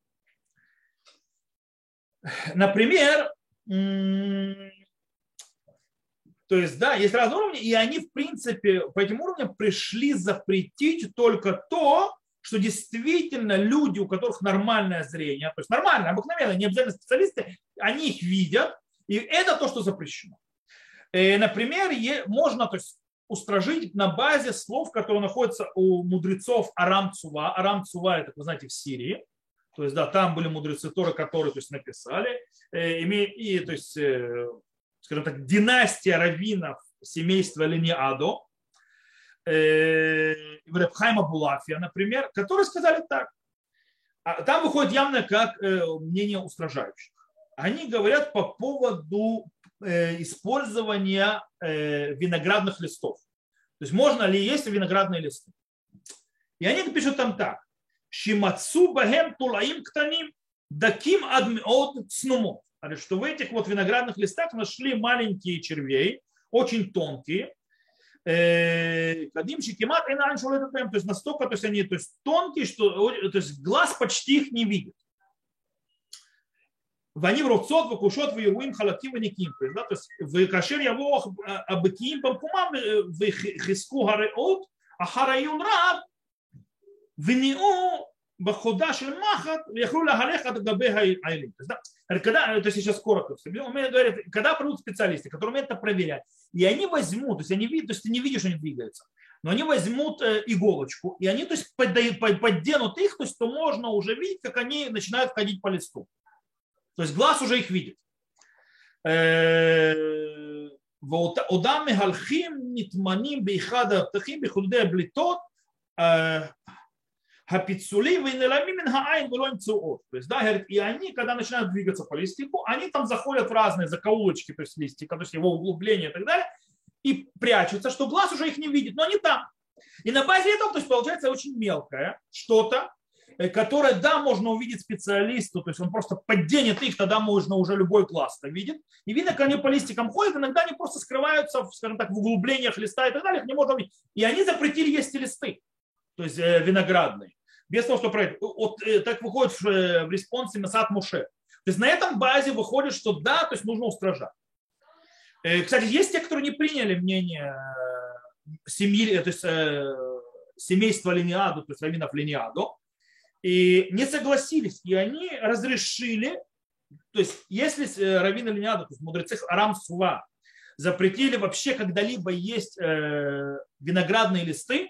Например, то есть, да, есть разные уровни, и они, в принципе, по этим уровням пришли запретить только то, что действительно люди, у которых нормальное зрение, то есть нормальное, обыкновенное, не обязательно специалисты, они их видят, и это то, что запрещено. И, например, можно, то есть, устражить на базе слов, которые находятся у мудрецов Арам Цува. Арам Цува, это, вы знаете, в Сирии. То есть, да, там были мудрецы Торы, которые, то есть, написали. И, то есть, скажем так, династия раввинов семейства Лениадо, Реб Хайма Булафия, например, которые сказали так. Там выходит явно как мнение устражающих. Они говорят по поводу использования виноградных листов. То есть можно ли есть виноградные листы. И они пишут там так. Шимацу бахем тулаим ктаним даким адмеот снумот. Что в этих вот виноградных листах нашли маленькие червей, очень тонкие, кадимчики кемат и на то есть настолько, то есть они, то есть тонкие, что, то есть глаз почти их не видит. Вани в ротцот, в кушот, в ируим, халаким, в никим. То есть в кашер яво абыким, памкумам, в хиску гареот, а хараюн раб, в ниу бахода шель махат, яхру лагалех от габе айлим. Когда, то есть сейчас коротко, говорят, когда придут специалисты, которые умеют это проверять, и они возьмут, то есть они видят, то есть ты не видишь, что они двигаются, но они возьмут иголочку, и они, то есть, подденут их, то есть то можно уже видеть, как они начинают ходить по листу. То есть глаз уже их видит. Одам мегалхим нитманим бейхада птахим бихудей облитот хапицули вейнеламимен хаайн велоим цуот. То есть, да, говорит, и они, когда начинают двигаться по листику, они там заходят в разные закоулочки, то есть листика, то есть его углубления и так далее, и прячутся, что глаз уже их не видит, но они там. И на базе этого, то есть получается очень мелкое что-то, которое, да, можно увидеть специалисту, то есть он просто подденет их, тогда можно уже любой глаз это видит. И видно, как они по листикам ходят, иногда они просто скрываются, скажем так, в углублениях листа и так далее, их не можно увидеть. И они запретили есть листы, то есть виноградные, без того, что проверить. Вот так выходит в респонсе Месат Муше. То есть на этом базе выходит, что да, то есть нужно устражать. Кстати, есть те, которые не приняли мнение семьи, то есть семейства Лениадо, то есть раввинов Лениадо, и не согласились, и они разрешили, то есть если раввины Лениадо, то есть мудрецы Арам Цува, запретили вообще когда-либо есть виноградные листы,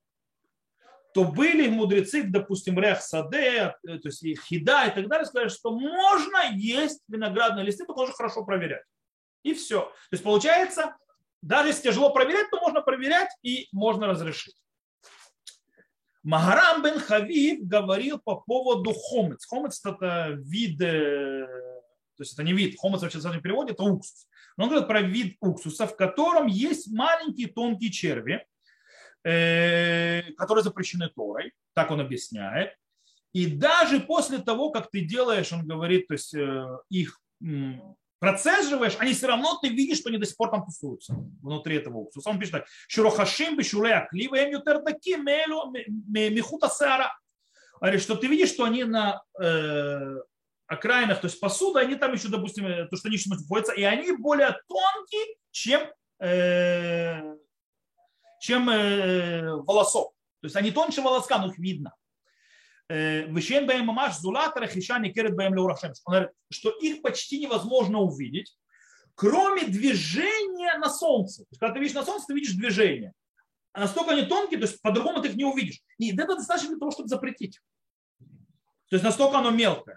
то были мудрецы, допустим, Рех Саде, то есть Хида и так далее, сказали, что можно есть виноградные листы, только нужно хорошо проверять. И все. То есть получается, даже если тяжело проверять, то можно проверять и можно разрешить. Магарам бен Хавив говорил по поводу хомец. Хомец это вид, то есть это не вид, хомец вообще в переводе это уксус. Но он говорит про вид уксуса, в котором есть маленькие тонкие черви, которые запрещены Торой, так он объясняет. И даже после того, как ты делаешь, он говорит, то есть их процеживаешь, они все равно ты видишь, что они до сих пор там тусуются внутри этого уксуса. Он пишет так: «Шурохашим бешуле аклива эм ютер таким мехута сеара». Говорит, что ты видишь, что они на э, окраинах, то есть посуда, они там еще, допустим, то, что они еще находятся, и они более тонкие, чем, э, чем э, волосок. То есть они тоньше волоска, но их видно. Вещен бэм мамаш зулат рахиша никерет бэм леурашем. Он говорит, что их почти невозможно увидеть, кроме движения на солнце. То есть, когда ты видишь на солнце, ты видишь движение. А настолько они тонкие, то есть по-другому ты их не увидишь. И это достаточно для того, чтобы запретить. То есть настолько оно мелкое.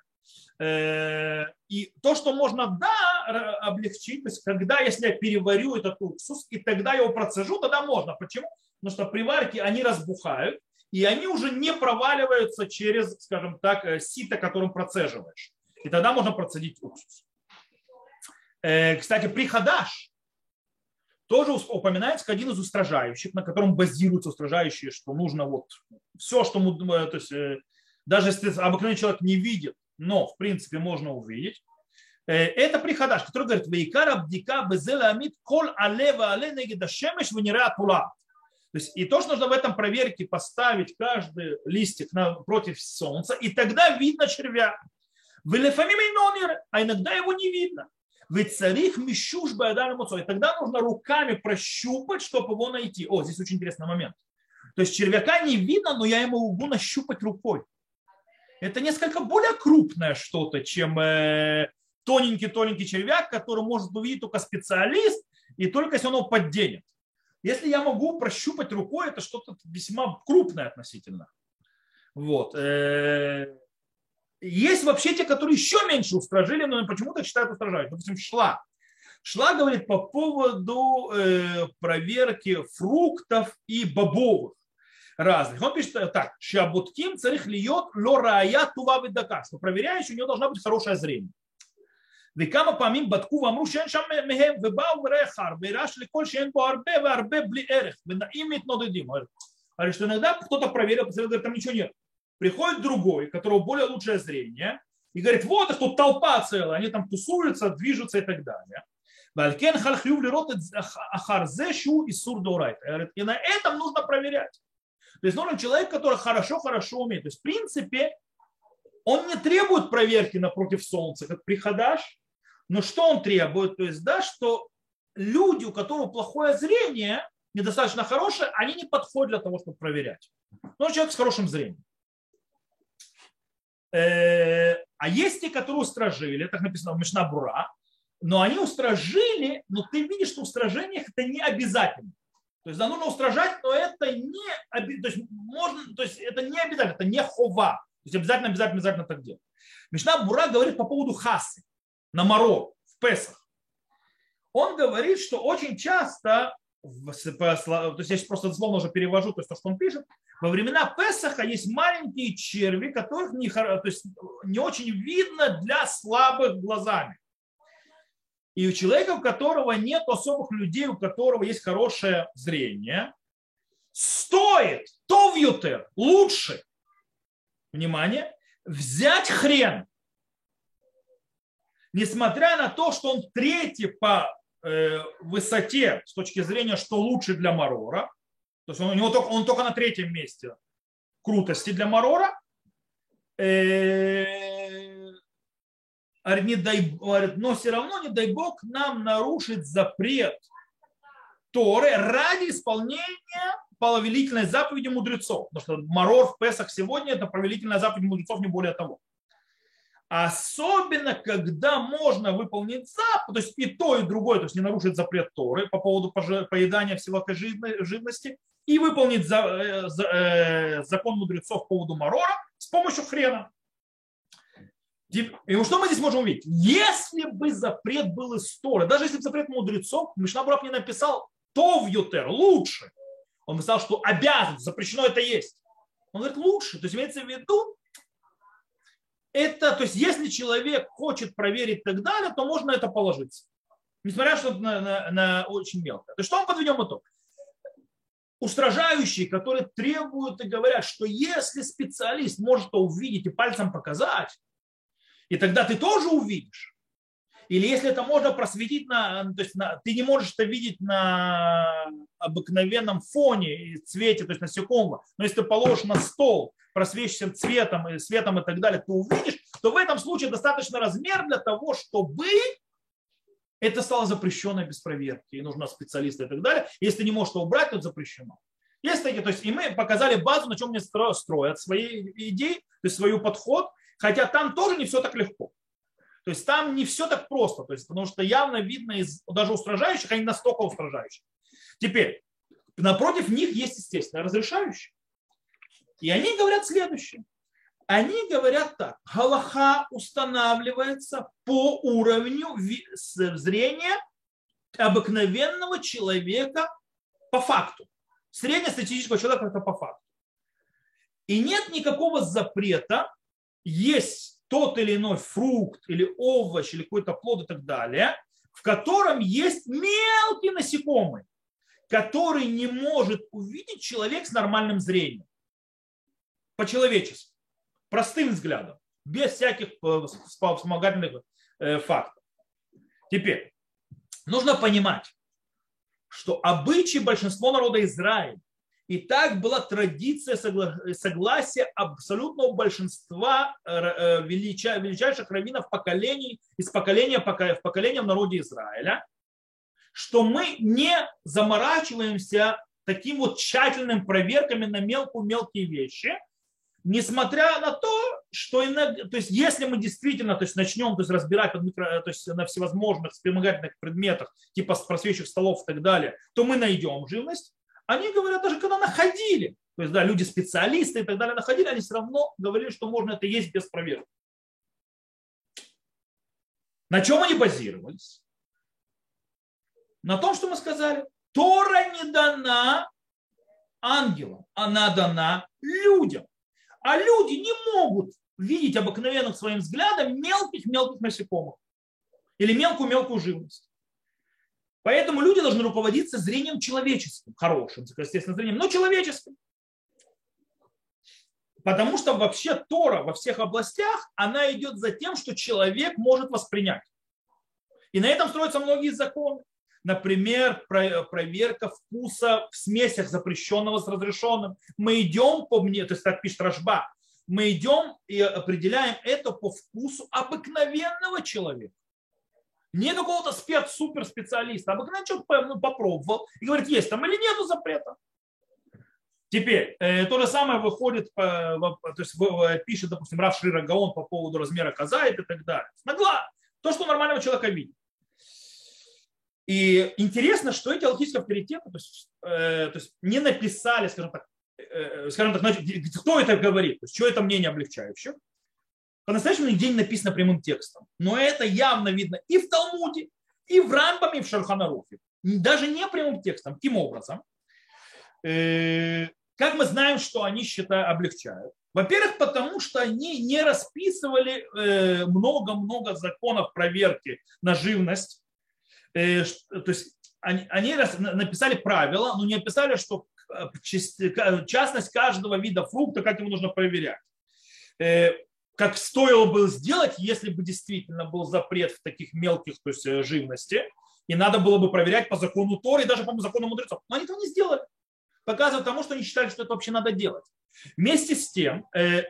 И то, что можно, да, облегчить, то есть когда, если я переварю этот уксус, и тогда его процежу, тогда можно. Почему? Потому что при варке они разбухают, и они уже не проваливаются через, скажем так, сито, которым процеживаешь. И тогда можно процедить уксус. Кстати, при хадаш тоже упоминается как один из устражающих, на котором базируются устражающие, что нужно вот все, что мы, то есть, даже если обыкновенный человек не видит, но в принципе можно увидеть. Это при хадаш, который говорит: «Вейкар абдика безела амит кол алева але негида шемеш венера тула». То есть и то, что нужно в этом проверке поставить каждый листик против солнца, и тогда видно червя. А иногда его не видно. Ведь царих мещуш бадаля муцо. И тогда нужно руками прощупать, чтобы его найти. О, здесь очень интересный момент. То есть червяка не видно, но я ему могу нащупать рукой. Это несколько более крупное что-то, чем тоненький-тоненький червяк, который может увидеть только специалист, и только если он его подденет. Если я могу прощупать рукой, это что-то весьма крупное относительно. Вот. Есть вообще те, которые еще меньше устражили, но почему-то считают устражающим. Допустим, Шла. Шла говорит по поводу проверки фруктов и бобовых разных. Он пишет так: «Шабутким царих льет лорая тува видака», что проверяющий, у него должно быть хорошее зрение. וכמה פעמים בדקו ואמרו שאין שם מהם ובאו מרחר וירש לכל שאין בו הרבה והרבה בלי ערך ונעים מתנודדים. Говорит, что иногда кто-то проверил, говорит, там ничего нет. Приходит другой, у которого более лучшее зрение, и говорит: вот, это тут толпа целая, они там тусуются, движутся и так далее. И на этом нужно проверять. То есть нужен человек, который хорошо-хорошо умеет. То есть в принципе он не требует проверки напротив солнца, как при хадаш. Но что он требует? То есть, да, что люди, у которых плохое зрение, недостаточно хорошее, они не подходят для того, чтобы проверять. Но человек с хорошим зрением. А есть те, которые устражили, так написано в Мишна Бура, но они устражили, но ты видишь, что устражение это не обязательно. То есть, да, нужно устражать, но это не, то есть, можно, то есть, это не обязательно, это не хова. То есть обязательно, обязательно, обязательно так делать. Мишна Бура говорит по поводу хасы на Марор в Песах. Он говорит, что очень часто, то есть я просто дословно уже перевожу то, есть то, что он пишет, во времена Песаха есть маленькие черви, которых не, то есть не очень видно для слабых глазами. И у человека, у которого нет особых людей, у которого есть хорошее зрение, стоит тов ютер, лучше, внимание, взять хрен, несмотря на то, что он третий по э, высоте с точки зрения, что лучше для марора, то есть он, у него только, он только на третьем месте крутости для марора, э, не дай, но все равно, не дай бог, нам нарушить запрет Торы ради исполнения повелительной заповеди мудрецов. Потому что марор в Песах сегодня это повелительная заповедь мудрецов, не более того. Особенно, когда можно выполнить заповедь, то есть и то, и другое, то есть не нарушить запрет Торы по поводу поедания всякой живности, и выполнить закон мудрецов по поводу марора с помощью хрена. И что мы здесь можем увидеть? Если бы запрет был из Торы, даже если бы запрет мудрецов, Мишна Бура не написал тов ютер, лучше. Он сказал, что обязан, запрещено это есть. Он говорит, лучше. То есть имеется в виду, это, то есть если человек хочет проверить и так далее, то можно это положиться. Несмотря что на, на, на очень мелко. То есть что мы подведем итог? Устражающие, которые требуют и говорят, что если специалист может это увидеть и пальцем показать, и тогда ты тоже увидишь. Или если это можно просветить, на, то есть на, ты не можешь это видеть на обыкновенном фоне и цвете, то есть насекомого, но если ты положишь на стол просвеченным цветом и светом и так далее, ты увидишь, то в этом случае достаточно размер для того, чтобы это стало запрещено без проверки, и нужно специалисты и так далее. Если ты не можешь это убрать, то это запрещено. Есть такие, то есть и мы показали базу, на чем они строят свои идеи, то есть свой подход, хотя там тоже не все так легко. То есть там не все так просто, то есть, потому что явно видно из даже устражающих, они настолько устражающие. Теперь, напротив них есть, естественно, разрешающие. И они говорят следующее. Они говорят так. Галаха устанавливается по уровню зрения обыкновенного человека по факту. Среднестатистического человека это по факту. И нет никакого запрета есть тот или иной фрукт или овощ или какой-то плод и так далее, в котором есть мелкий насекомый, который не может увидеть человек с нормальным зрением. По-человечески. Простым взглядом. Без всяких вспомогательных фактов. Теперь. Нужно понимать, что обычаи большинства народа Израиля, и так была традиция согласия абсолютного большинства величайших раввинов поколений, из поколения в поколение в народе Израиля, что мы не заморачиваемся таким вот тщательным проверками на мелкие-мелкие вещи, несмотря на то, что иногда, то есть если мы действительно то есть начнем то есть разбирать под микро, то есть на всевозможных вспомогательных предметах, типа просвечивающих столов и так далее, то мы найдем живность. Они говорят, даже когда находили, то есть да, люди специалисты и так далее находили, они все равно говорили, что можно это есть без проверки. На чем они базировались? На том, что мы сказали, Тора не дана ангелам, она дана людям. А люди не могут видеть обыкновенных своим взглядом мелких-мелких насекомых или мелкую-мелкую живность. Поэтому люди должны руководиться зрением человеческим, хорошим, естественно, зрением, но человеческим. Потому что вообще Тора во всех областях, она идет за тем, что человек может воспринять. И на этом строятся многие законы. Например, проверка вкуса в смесях запрещенного с разрешенным. Мы идем по мне, то есть так пишет Рашба, мы идем и определяем это по вкусу обыкновенного человека. Не какого-то спец-суперспециалиста, а обыкновенный человек ну, попробовал и говорит, есть там или нету запрета. Теперь, э, то же самое выходит, по, то есть пишет, допустим, Рав Шрира Гаон по поводу размера казаит и так далее. Смогла. То, что нормального человека видит. И интересно, что эти алхимические авторитеты то есть, э, то есть не написали, скажем так, э, скажем так, кто это говорит, то есть, что это мнение облегчающее. По-настоящему нигде не написано прямым текстом. Но это явно видно и в Талмуде, и в Рамбаме, и в Шульхан Арухе. Даже не прямым текстом. Каким образом? Э, как мы знаем, что они считают, облегчают? Во-первых, потому что они не расписывали э, много-много законов проверки на живность. То есть они, они написали правила, но не описали, что частность каждого вида фрукта, как его нужно проверять. Как стоило бы сделать, если бы действительно был запрет в таких мелких то есть, живности, и надо было бы проверять по закону Торы и даже по закону мудрецов. Но они этого не сделали. Показывают тому, что они считали, что это вообще надо делать. Вместе с тем,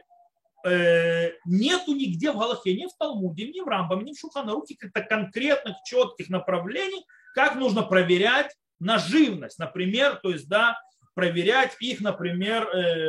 нету нигде в Галахе, ни в Талмуде, ни в Рамбаме, ни в Шулхан Арухе каких-то конкретных, четких направлений, как нужно проверять на живность. Например, то есть, да, проверять их, например,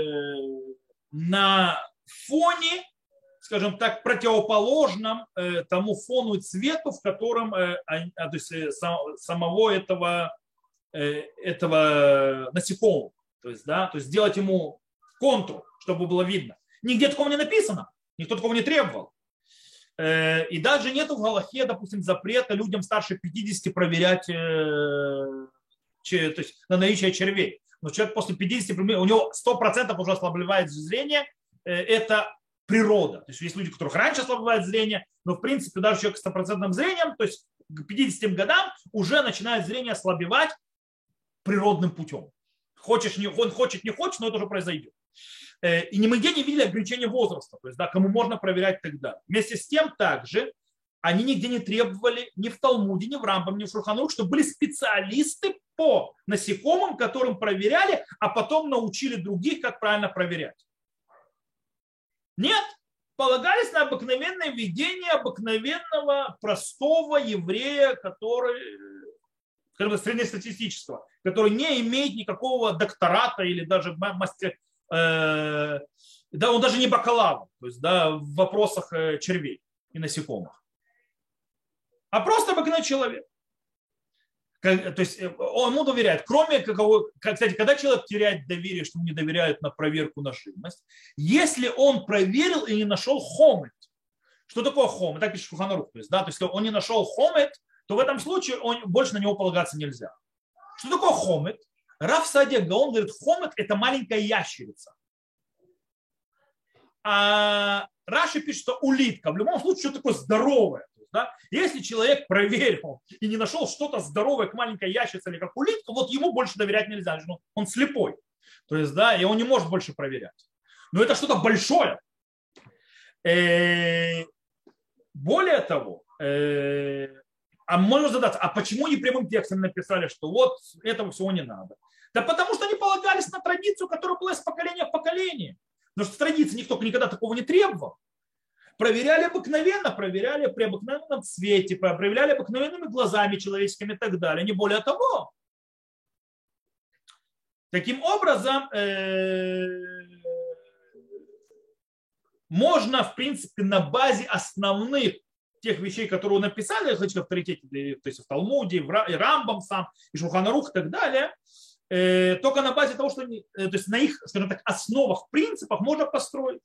на фоне, скажем так, противоположном тому фону и цвету, в котором то есть, самого этого, этого насекомого. То есть, да, то есть сделать ему контур, чтобы было видно. Нигде такого не написано, никто такого не требовал. И даже нет в Галахе, допустим, запрета людям старше пятидесяти проверять то есть, на наличие червей. Но человек после пятидесяти, у него сто процентов уже ослабевает зрение, это природа. То есть есть люди, у которых раньше ослабевает зрение, но в принципе даже человек с стопроцентным зрением, то есть к пятидесяти годам уже начинает зрение ослабевать природным путем. Хочешь, не, он хочет, не хочет, но это уже произойдет. И нигде не видели ограничения возраста, то есть да, кому можно проверять и так далее. Вместе с тем также они нигде не требовали ни в Талмуде, ни в Рамбаме, ни в Шульхан Арух, чтобы были специалисты по насекомым, которым проверяли, а потом научили других, как правильно проверять. Нет, полагались на обыкновенное видение обыкновенного простого еврея, который скажем так, среднестатистического, который не имеет никакого доктората или даже мастер, э, да, он даже не бакалавр, то есть, да, в вопросах э, червей и насекомых, а просто обыкновенный человек. Как, то есть он ему доверяет. Кроме какого, кстати, когда человек теряет доверие, что ему не доверяют на проверку на живность, если он проверил и не нашел хомет. Что такое хомет? Так пишет Шулхан Арух. То есть, да, то есть, если он не нашел хомет, то в этом случае он, больше на него полагаться нельзя. Что такое хомет? Рав Саадия Гаон говорит, хомет – это маленькая ящерица. А Раши пишет, что улитка. В любом случае, что такое здоровое. Да? Если человек проверил и не нашел что-то здоровое, как маленькая ящерица или как улитка, вот ему больше доверять нельзя. Он слепой. То есть, да, и он не может больше проверять. Но это что-то большое. Более того, а можно задаться, а почему не прямым текстом написали, что вот этого всего не надо? Да потому что они полагались на традицию, которая была из поколения в поколение. Потому что традиции никто никогда такого не требовал. Проверяли обыкновенно, проверяли при обыкновенном цвете, проверяли обыкновенными глазами человеческими и так далее. Не более того. Таким образом, можно, в принципе, на базе основных тех вещей, которые написали, в авторитете, то есть в Талмуде, в Рамбам сам, и Шулхан Арух и так далее, только на базе того, что они, то есть на их, скажем так, основах, принципах можно построить.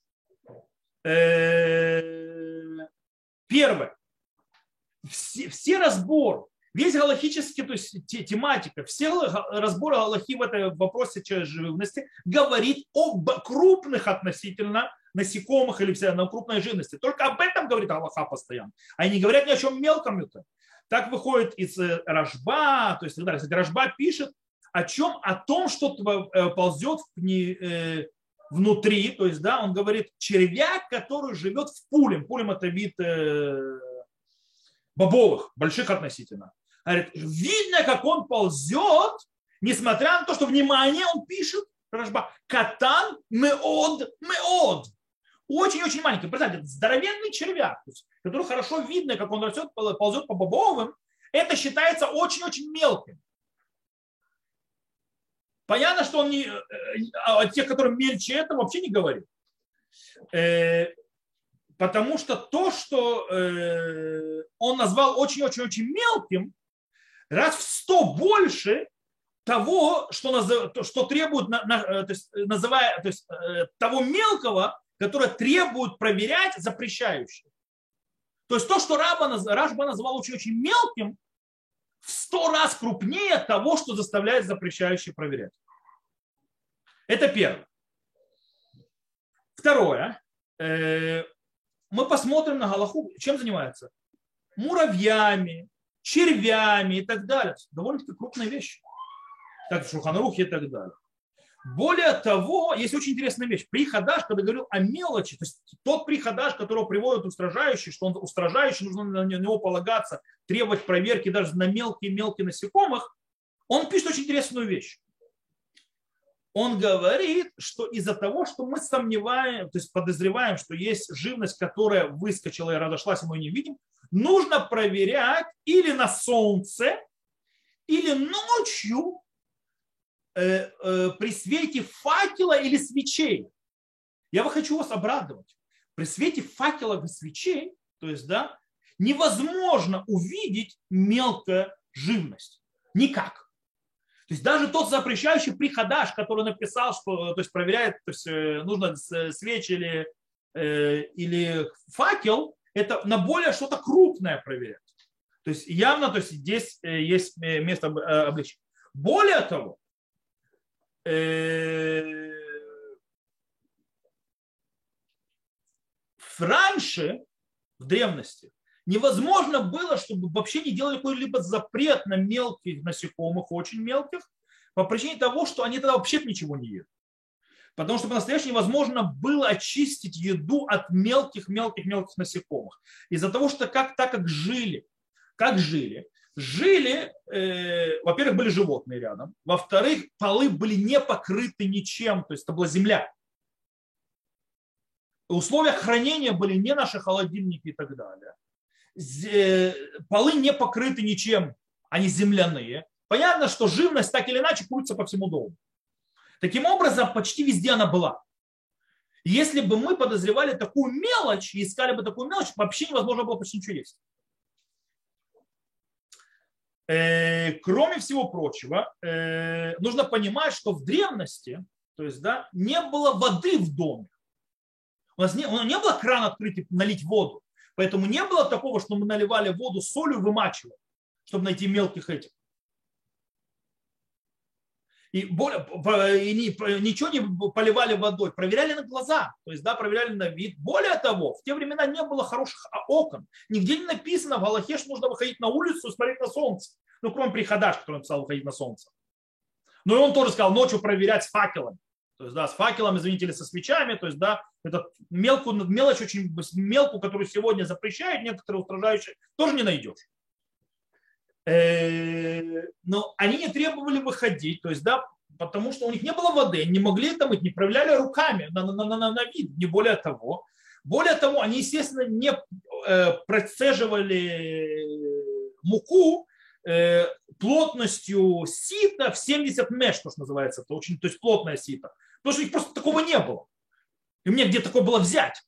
Первое. Все, все разборы, весь галахический, то есть тематика, все разборы галахи в этом вопросе живности говорит об крупных относительно насекомых или вся, на крупной живности. Только об этом говорит Аллаха постоянно. Они не говорят ни о чем мелком. Это. Так выходит из Рашба, то есть Рашба пишет о чем? О том, что ползет внутри, то есть, да, он говорит, червяк, который живет в пулем. Пулем это вид бобовых, больших относительно. Говорит, видно, как он ползет, несмотря на то, что, внимание, он пишет, Рашба, катан меод меод. Очень-очень маленький. Представьте, здоровенный червяк, который хорошо видно, как он растет, ползет по бобовым, это считается очень-очень мелким. Понятно, что он не, о тех, которые мельче этого, вообще не говорит. Потому что то, что он назвал очень-очень-очень мелким, раз в сто больше того, что, что требует, то есть, называя, то есть, того мелкого, которое требует проверять запрещающее. То есть то, что Рашба назвал очень-очень мелким, в сто раз крупнее того, что заставляет запрещающее проверять. Это первое. Второе. Мы посмотрим на галаху, чем занимается. Муравьями, червями и так далее. Довольно-таки крупные вещи. Как в Шулхан Арухе и так далее. Более того, есть очень интересная вещь. При Хадаш, когда говорил о мелочи, то есть тот при Хадаш, которого приводит устражающий, что он устражающий, нужно на него полагаться, требовать проверки даже на мелкие-мелкие насекомых, он пишет очень интересную вещь. Он говорит, что из-за того, что мы сомневаем, то есть подозреваем, что есть живность, которая выскочила и разошлась, и мы ее не видим, нужно проверять или на солнце, или ночью, при свете факела или свечей. Я хочу вас обрадовать. При свете факела и свечей, то есть, да, невозможно увидеть мелкую живность. Никак. То есть даже тот запрещающий прихадаш, который написал, что, то есть проверяет, то есть нужно свечи или, или факел, это на более что-то крупное проверять. То есть явно, то есть здесь есть место облегчения. Более того, раньше, в древности, невозможно было, чтобы вообще не делали какой-либо запрет на мелких насекомых, очень мелких, по причине того, что они тогда вообще ничего не едят. Потому что по-настоящему невозможно было очистить еду от мелких-мелких-мелких насекомых. Из-за того, что как, так как жили, как жили, Жили, э, во-первых, были животные рядом, во-вторых, полы были не покрыты ничем, то есть это была земля. Условия хранения были не наши холодильники и так далее. Полы не покрыты ничем, они земляные. понятно, что живность так или иначе крутится по всему дому. Таким образом, почти везде она была. Если бы мы подозревали такую мелочь и искали бы такую мелочь, вообще невозможно было почти ничего есть. Кроме всего прочего, нужно понимать, что в древности, то есть, да, не было воды в доме. У нас не, у нас не было крана открыть и налить воду. Поэтому не было такого, что мы наливали воду солью, вымачивали, чтобы найти мелких этих. И, более, и ничего не поливали водой, проверяли на глаза, то есть, да, проверяли на вид. Более того, в те времена не было хороших окон. Нигде не написано в Галахе, что нужно выходить на улицу и смотреть на солнце. Ну, кроме Приходаш, который написал выходить на солнце. Но и он тоже сказал ночью проверять с факелами. То есть, да, с факелом, извините, или со свечами. То есть, да, это мелкую, мелочь очень мелкую, которую сегодня запрещают, некоторые устражающие, тоже не найдешь. Но они не требовали выходить, то есть, да, потому что у них не было воды, они не могли это мыть, не проявляли руками на, на, на, на вид, не более того. Более того, они, естественно, не процеживали муку плотностью сита в семьдесят меш, что называется, это очень, то есть плотное сито, потому что у них просто такого не было. И мне где такое было взять.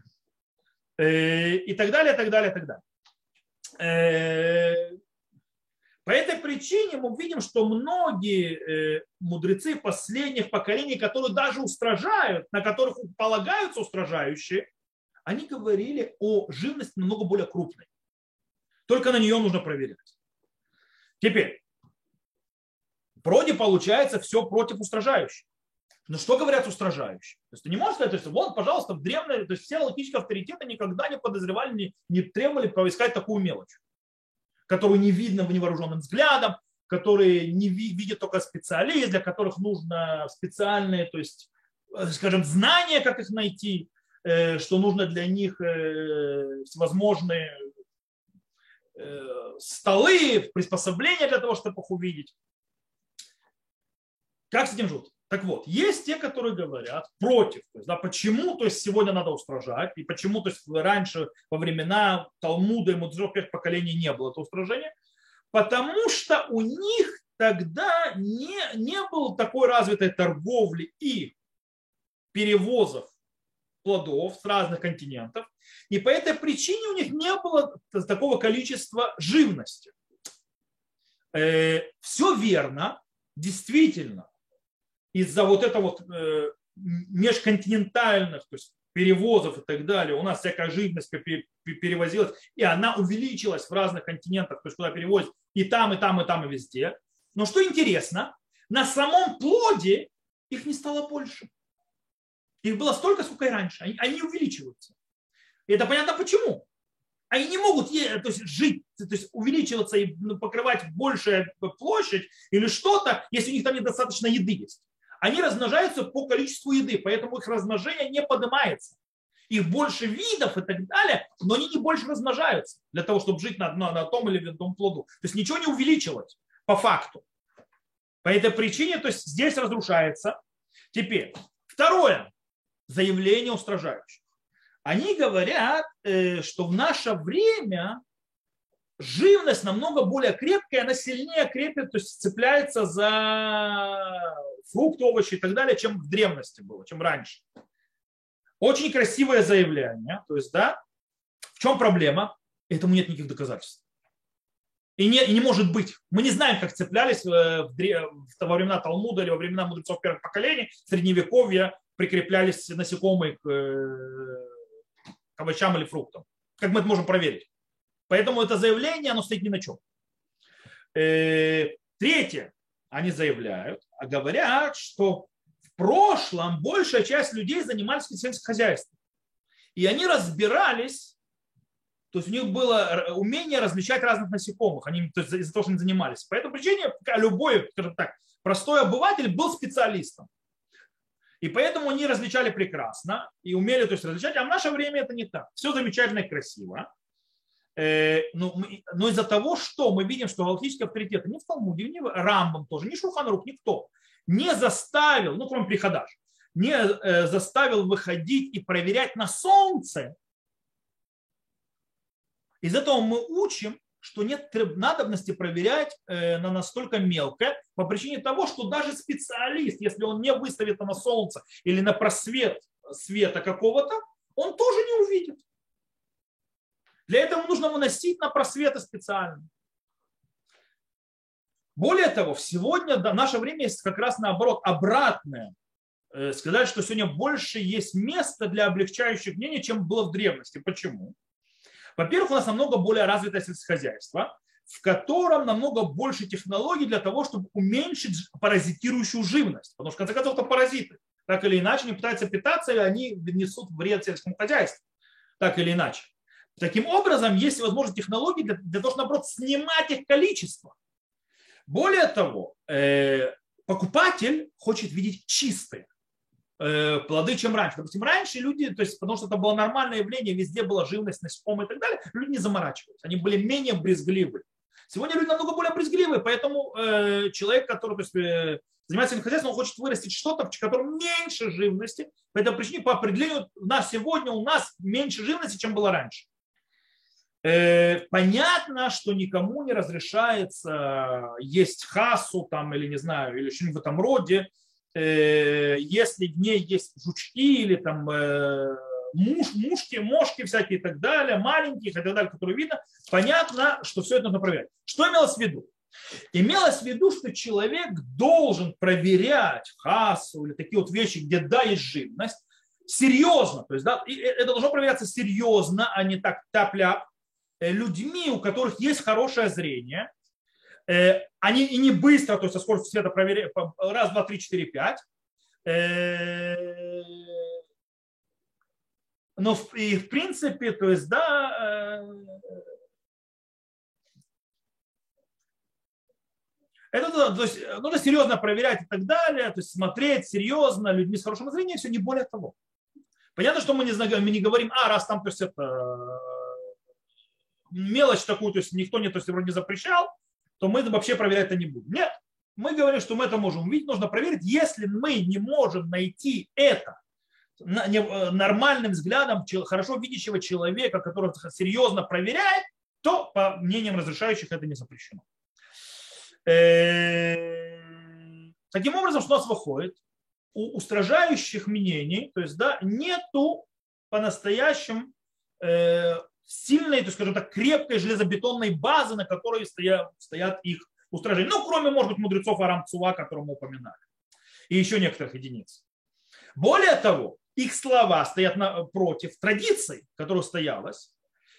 И так далее, и так далее, и так далее. По этой причине мы видим, что многие мудрецы последних поколений, которые даже устражают, на которых полагаются устражающие, они говорили о живности намного более крупной. Только на нее нужно проверять. Теперь, вроде получается все против устражающих. Но что говорят устражающие? То есть ты не можешь сказать, то есть, вот, пожалуйста, в древние, то есть все логические авторитеты никогда не подозревали, не, не требовали поискать такую мелочь, которую не видно невооруженным взглядом, которые не видят только специалист, для которых нужно специальные, то есть, скажем, знания, как их найти, что нужно для них всевозможные столы, приспособления для того, чтобы их увидеть. Как с этим живут? Так вот, есть те, которые говорят против. То есть, да, почему то есть, сегодня надо устражать, и почему то есть, раньше, во времена Талмуда и мудрецов первых поколений не было этого устражения. Потому что у них тогда не, не было такой развитой торговли и перевозов плодов с разных континентов. И по этой причине у них не было такого количества живности. Все верно, действительно. Из-за вот этого вот э, межконтинентальных то есть перевозов и так далее, у нас всякая живность перевозилась, и она увеличилась в разных континентах, то есть куда перевозят, и там, и там, и там, и везде. Но что интересно, на самом плоде их не стало больше. Их было столько, сколько и раньше. Они, они увеличиваются. И это понятно почему. Они не могут то есть, жить, то есть увеличиваться и покрывать большую площадь или что-то, если у них там недостаточно еды есть. Они размножаются по количеству еды, поэтому их размножение не поднимается. Их больше видов и так далее, но они не больше размножаются для того, чтобы жить на, на, на том или том плоду. То есть ничего не увеличилось по факту. По этой причине то есть здесь разрушается. Теперь, второе заявление устражающих. Они говорят, что в наше время живность намного более крепкая, она сильнее крепит, то есть цепляется за фрукты, овощи и так далее, чем в древности было, чем раньше. Очень красивое заявление. То есть, да, в чем проблема? Этому нет никаких доказательств. И не, и не может быть. Мы не знаем, как цеплялись в, во времена Талмуда или во времена мудрецов первых поколений, средневековья прикреплялись насекомые к, к овощам или фруктам. Как мы это можем проверить? Поэтому это заявление, оно стоит ни на чем. Третье, они заявляют, а говорят, что в прошлом большая часть людей занимались сельским хозяйством. И они разбирались, то есть у них было умение различать разных насекомых, они, то есть из-за того, что они занимались. По этой причине любой, скажем так, простой обыватель был специалистом. И поэтому они различали прекрасно и умели то есть, различать, а в наше время это не так. Все замечательно и красиво. Но, но из-за того, что мы видим, что галактические авторитеты ни в Талмуде, ни в Рамбам тоже, ни Шулхан Арух, никто не заставил, ну кроме Приходаш, не заставил выходить и проверять на солнце. Из этого мы учим, что нет надобности проверять на настолько мелкое по причине того, что даже специалист, если он не выставит на солнце или на просвет света какого-то, он тоже не увидит. Для этого нужно выносить на просветы специально. Более того, сегодня в наше время есть как раз наоборот обратное. Сказать, что сегодня больше есть места для облегчающих мнений, чем было в древности. Почему? Во-первых, у нас намного более развитое сельскохозяйство, в котором намного больше технологий для того, чтобы уменьшить паразитирующую живность. Потому что, в конце концов, это паразиты. Так или иначе, они пытаются питаться, и они несут вред сельскому хозяйству. Так или иначе. Таким образом, есть возможность технологий для, для того, чтобы, наоборот, снимать их количество. Более того, э, покупатель хочет видеть чистые э, плоды, чем раньше. Допустим, раньше люди, то есть, потому что это было нормальное явление, везде была живность, насекомые и так далее, люди не заморачивались, они были менее брезгливы. Сегодня люди намного более брезгливые, поэтому э, человек, который то есть, э, занимается своим хозяйством, он хочет вырастить что-то, в котором меньше живности. По этой причине, по определению, у нас сегодня у нас меньше живности, чем было раньше. Понятно, что никому не разрешается есть хасу там, или не знаю, или что-нибудь в этом роде, если в ней есть жучки или там муш, мушки, мошки всякие и так далее, маленькие и так далее, которые видно, понятно, что все это нужно проверять. Что имелось в виду? Имелось в виду, что человек должен проверять хасу или такие вот вещи, где да, есть живность, серьезно. То есть да, это должно проверяться серьезно, а не так тап-ляп. Людьми, у которых есть хорошее зрение, они и не быстро, то есть со скоростью света проверяют раз, два, три, четыре, пять, но и в принципе, то есть, да, это то есть, нужно серьезно проверять и так далее, то есть смотреть серьезно людьми с хорошим зрением, все не более того. Понятно, что мы не, мы не говорим, а раз там, то есть это мелочь такую, то есть никто не, то есть, вроде не запрещал, то мы вообще проверять это не будем. Нет, мы говорим, что мы это можем увидеть, нужно проверить. Если мы не можем найти это нормальным взглядом хорошо видящего человека, который серьезно проверяет, то, по мнениям разрешающих, это не запрещено. Таким образом, что у нас выходит? У устражающих мнений, то есть, да, нету по-настоящему сильной, то, скажем так, крепкой железобетонной базы, на которой стоят, стоят их устражения. Ну, кроме, может быть, мудрецов Арам Цува, которого мы упоминали. И еще некоторых единиц. Более того, их слова стоят против традиций, которая устоялась.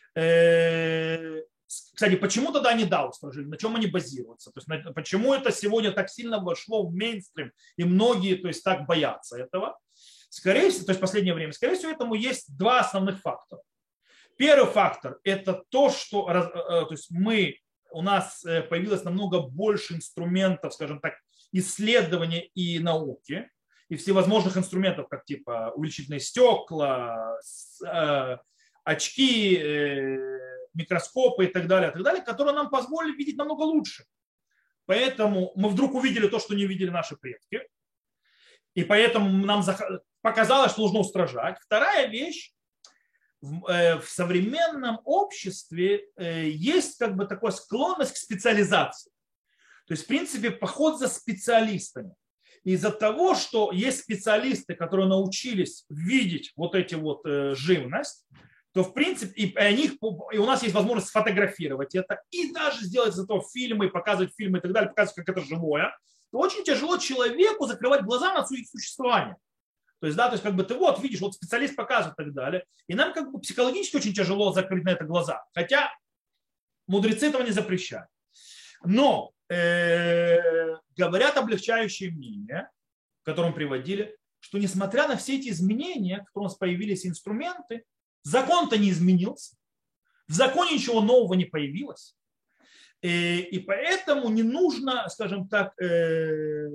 Кстати, почему тогда они да устражили? На чем они базируются? То есть, почему это сегодня так сильно вошло в мейнстрим, и многие то есть, так боятся этого? Скорее всего, то есть в последнее время, скорее всего, этому есть два основных фактора. Первый фактор – это то, что то есть мы, у нас появилось намного больше инструментов, скажем так, исследования и науки, и всевозможных инструментов, как типа увеличительные стекла, очки, микроскопы и так далее, и так далее, которые нам позволили видеть намного лучше. Поэтому мы вдруг увидели то, что не видели наши предки, и поэтому нам показалось, что нужно устражать. Вторая вещь. В современном обществе есть как бы такая склонность к специализации. То есть, в принципе, поход за специалистами. Из-за того, что есть специалисты, которые научились видеть вот эти вот живность, то, в принципе, и, они, и у нас есть возможность сфотографировать это, и даже сделать из этого фильмы, показывать фильмы и так далее, показывать, как это живое, то очень тяжело человеку закрывать глаза на свое существование. То есть, да, то есть, как бы ты вот видишь, вот специалист показывает и так далее. И нам как бы психологически очень тяжело закрыть на это глаза. Хотя мудрецы этого не запрещают. Но э, говорят облегчающие мнения, к которым приводили, что несмотря на все эти изменения, которые у нас появились инструменты, закон-то не изменился. В законе ничего нового не появилось. И, и поэтому не нужно, скажем так, э,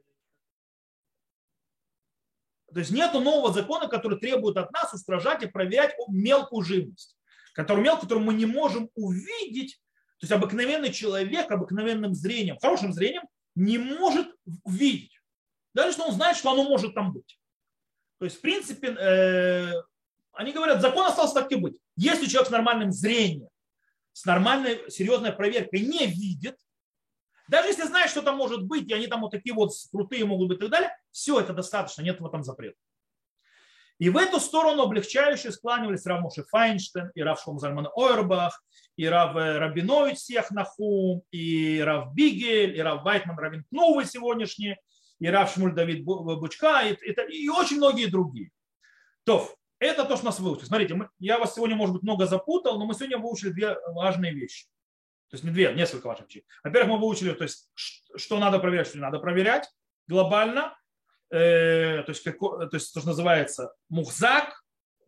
то есть нет нового закона, который требует от нас устражать и проверять мелкую живность, которую мелкую, которую мы не можем увидеть. То есть обыкновенный человек обыкновенным зрением, хорошим зрением не может увидеть. Даже если он знает, что оно может там быть. То есть, в принципе, э, они говорят, закон остался так и быть. Если человек с нормальным зрением с нормальной, серьезной проверкой не видит, даже если знает, что там может быть, и они там вот такие вот крутые могут быть и так далее, все это достаточно, нет в этом запрета. И в эту сторону облегчающие склонивались Рав Моше Файнштейн, и Рав Шломо Зальман Ойербах, и Рав Рабинович Сиах Нахум, и Рав Бигель, и Рав Вайтман Равин Кнувы сегодняшние, и Рав Шмуль Давид Бучка, и, и, и очень многие другие. То, это то, что нас выучили. Смотрите, мы, я вас сегодня, может быть, много запутал, но мы сегодня выучили две важные вещи. То есть не две, несколько важных вещей. Во-первых, мы выучили, то есть, что надо проверять, что не надо проверять глобально. Э, то, есть, как, то есть то, что называется мухзак,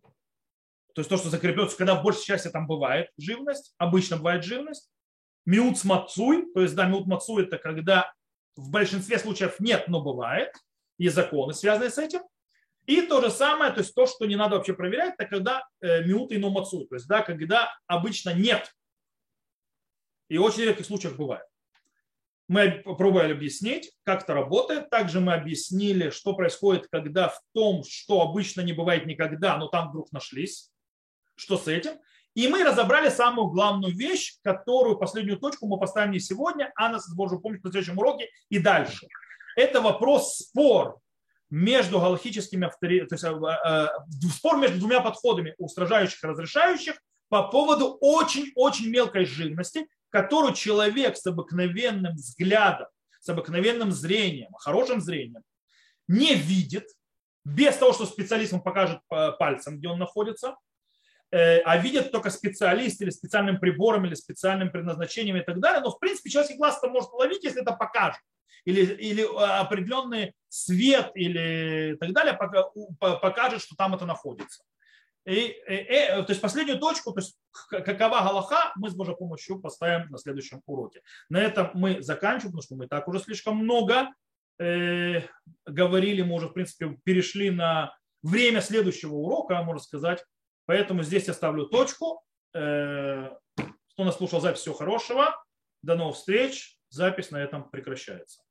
то есть то, что закрепляется, когда в большей части там бывает живность, обычно бывает живность. Миут мацуй, то есть да, миут мацуй это когда в большинстве случаев нет, но бывает, есть законы, связанные с этим. И то же самое, то есть то, что не надо вообще проверять, это когда э, миут и но мацуй, то есть да, когда обычно нет. И в очень редких случаях бывает. Мы попробовали объяснить, как это работает. Также мы объяснили, что происходит, когда в том, что обычно не бывает никогда, но там вдруг нашлись. Что с этим? И мы разобрали самую главную вещь, которую, последнюю точку мы поставим не сегодня, а на, с Божьей помощью на следующем уроке и дальше. Это вопрос, спор между галахическими авторитетами, то есть спор между двумя подходами устражающих и разрешающих по поводу очень-очень мелкой живности, которую человек с обыкновенным взглядом, с обыкновенным зрением, хорошим зрением не видит, без того, что специалист ему покажет пальцем, где он находится, а видит только специалист или специальным прибором, или специальным предназначением и так далее. Но, в принципе, человеческий глаз это может ловить, если это покажет. Или, или определенный свет или так далее покажет, что там это находится. И, и, и, то есть последнюю точку, то есть какова галаха, мы с Божьей помощью поставим на следующем уроке. На этом мы заканчиваем, потому что мы и так уже слишком много э, говорили, мы уже в принципе перешли на время следующего урока, можно сказать. Поэтому здесь я ставлю точку. Э, кто нас слушал, запись, всего хорошего. До новых встреч. Запись на этом прекращается.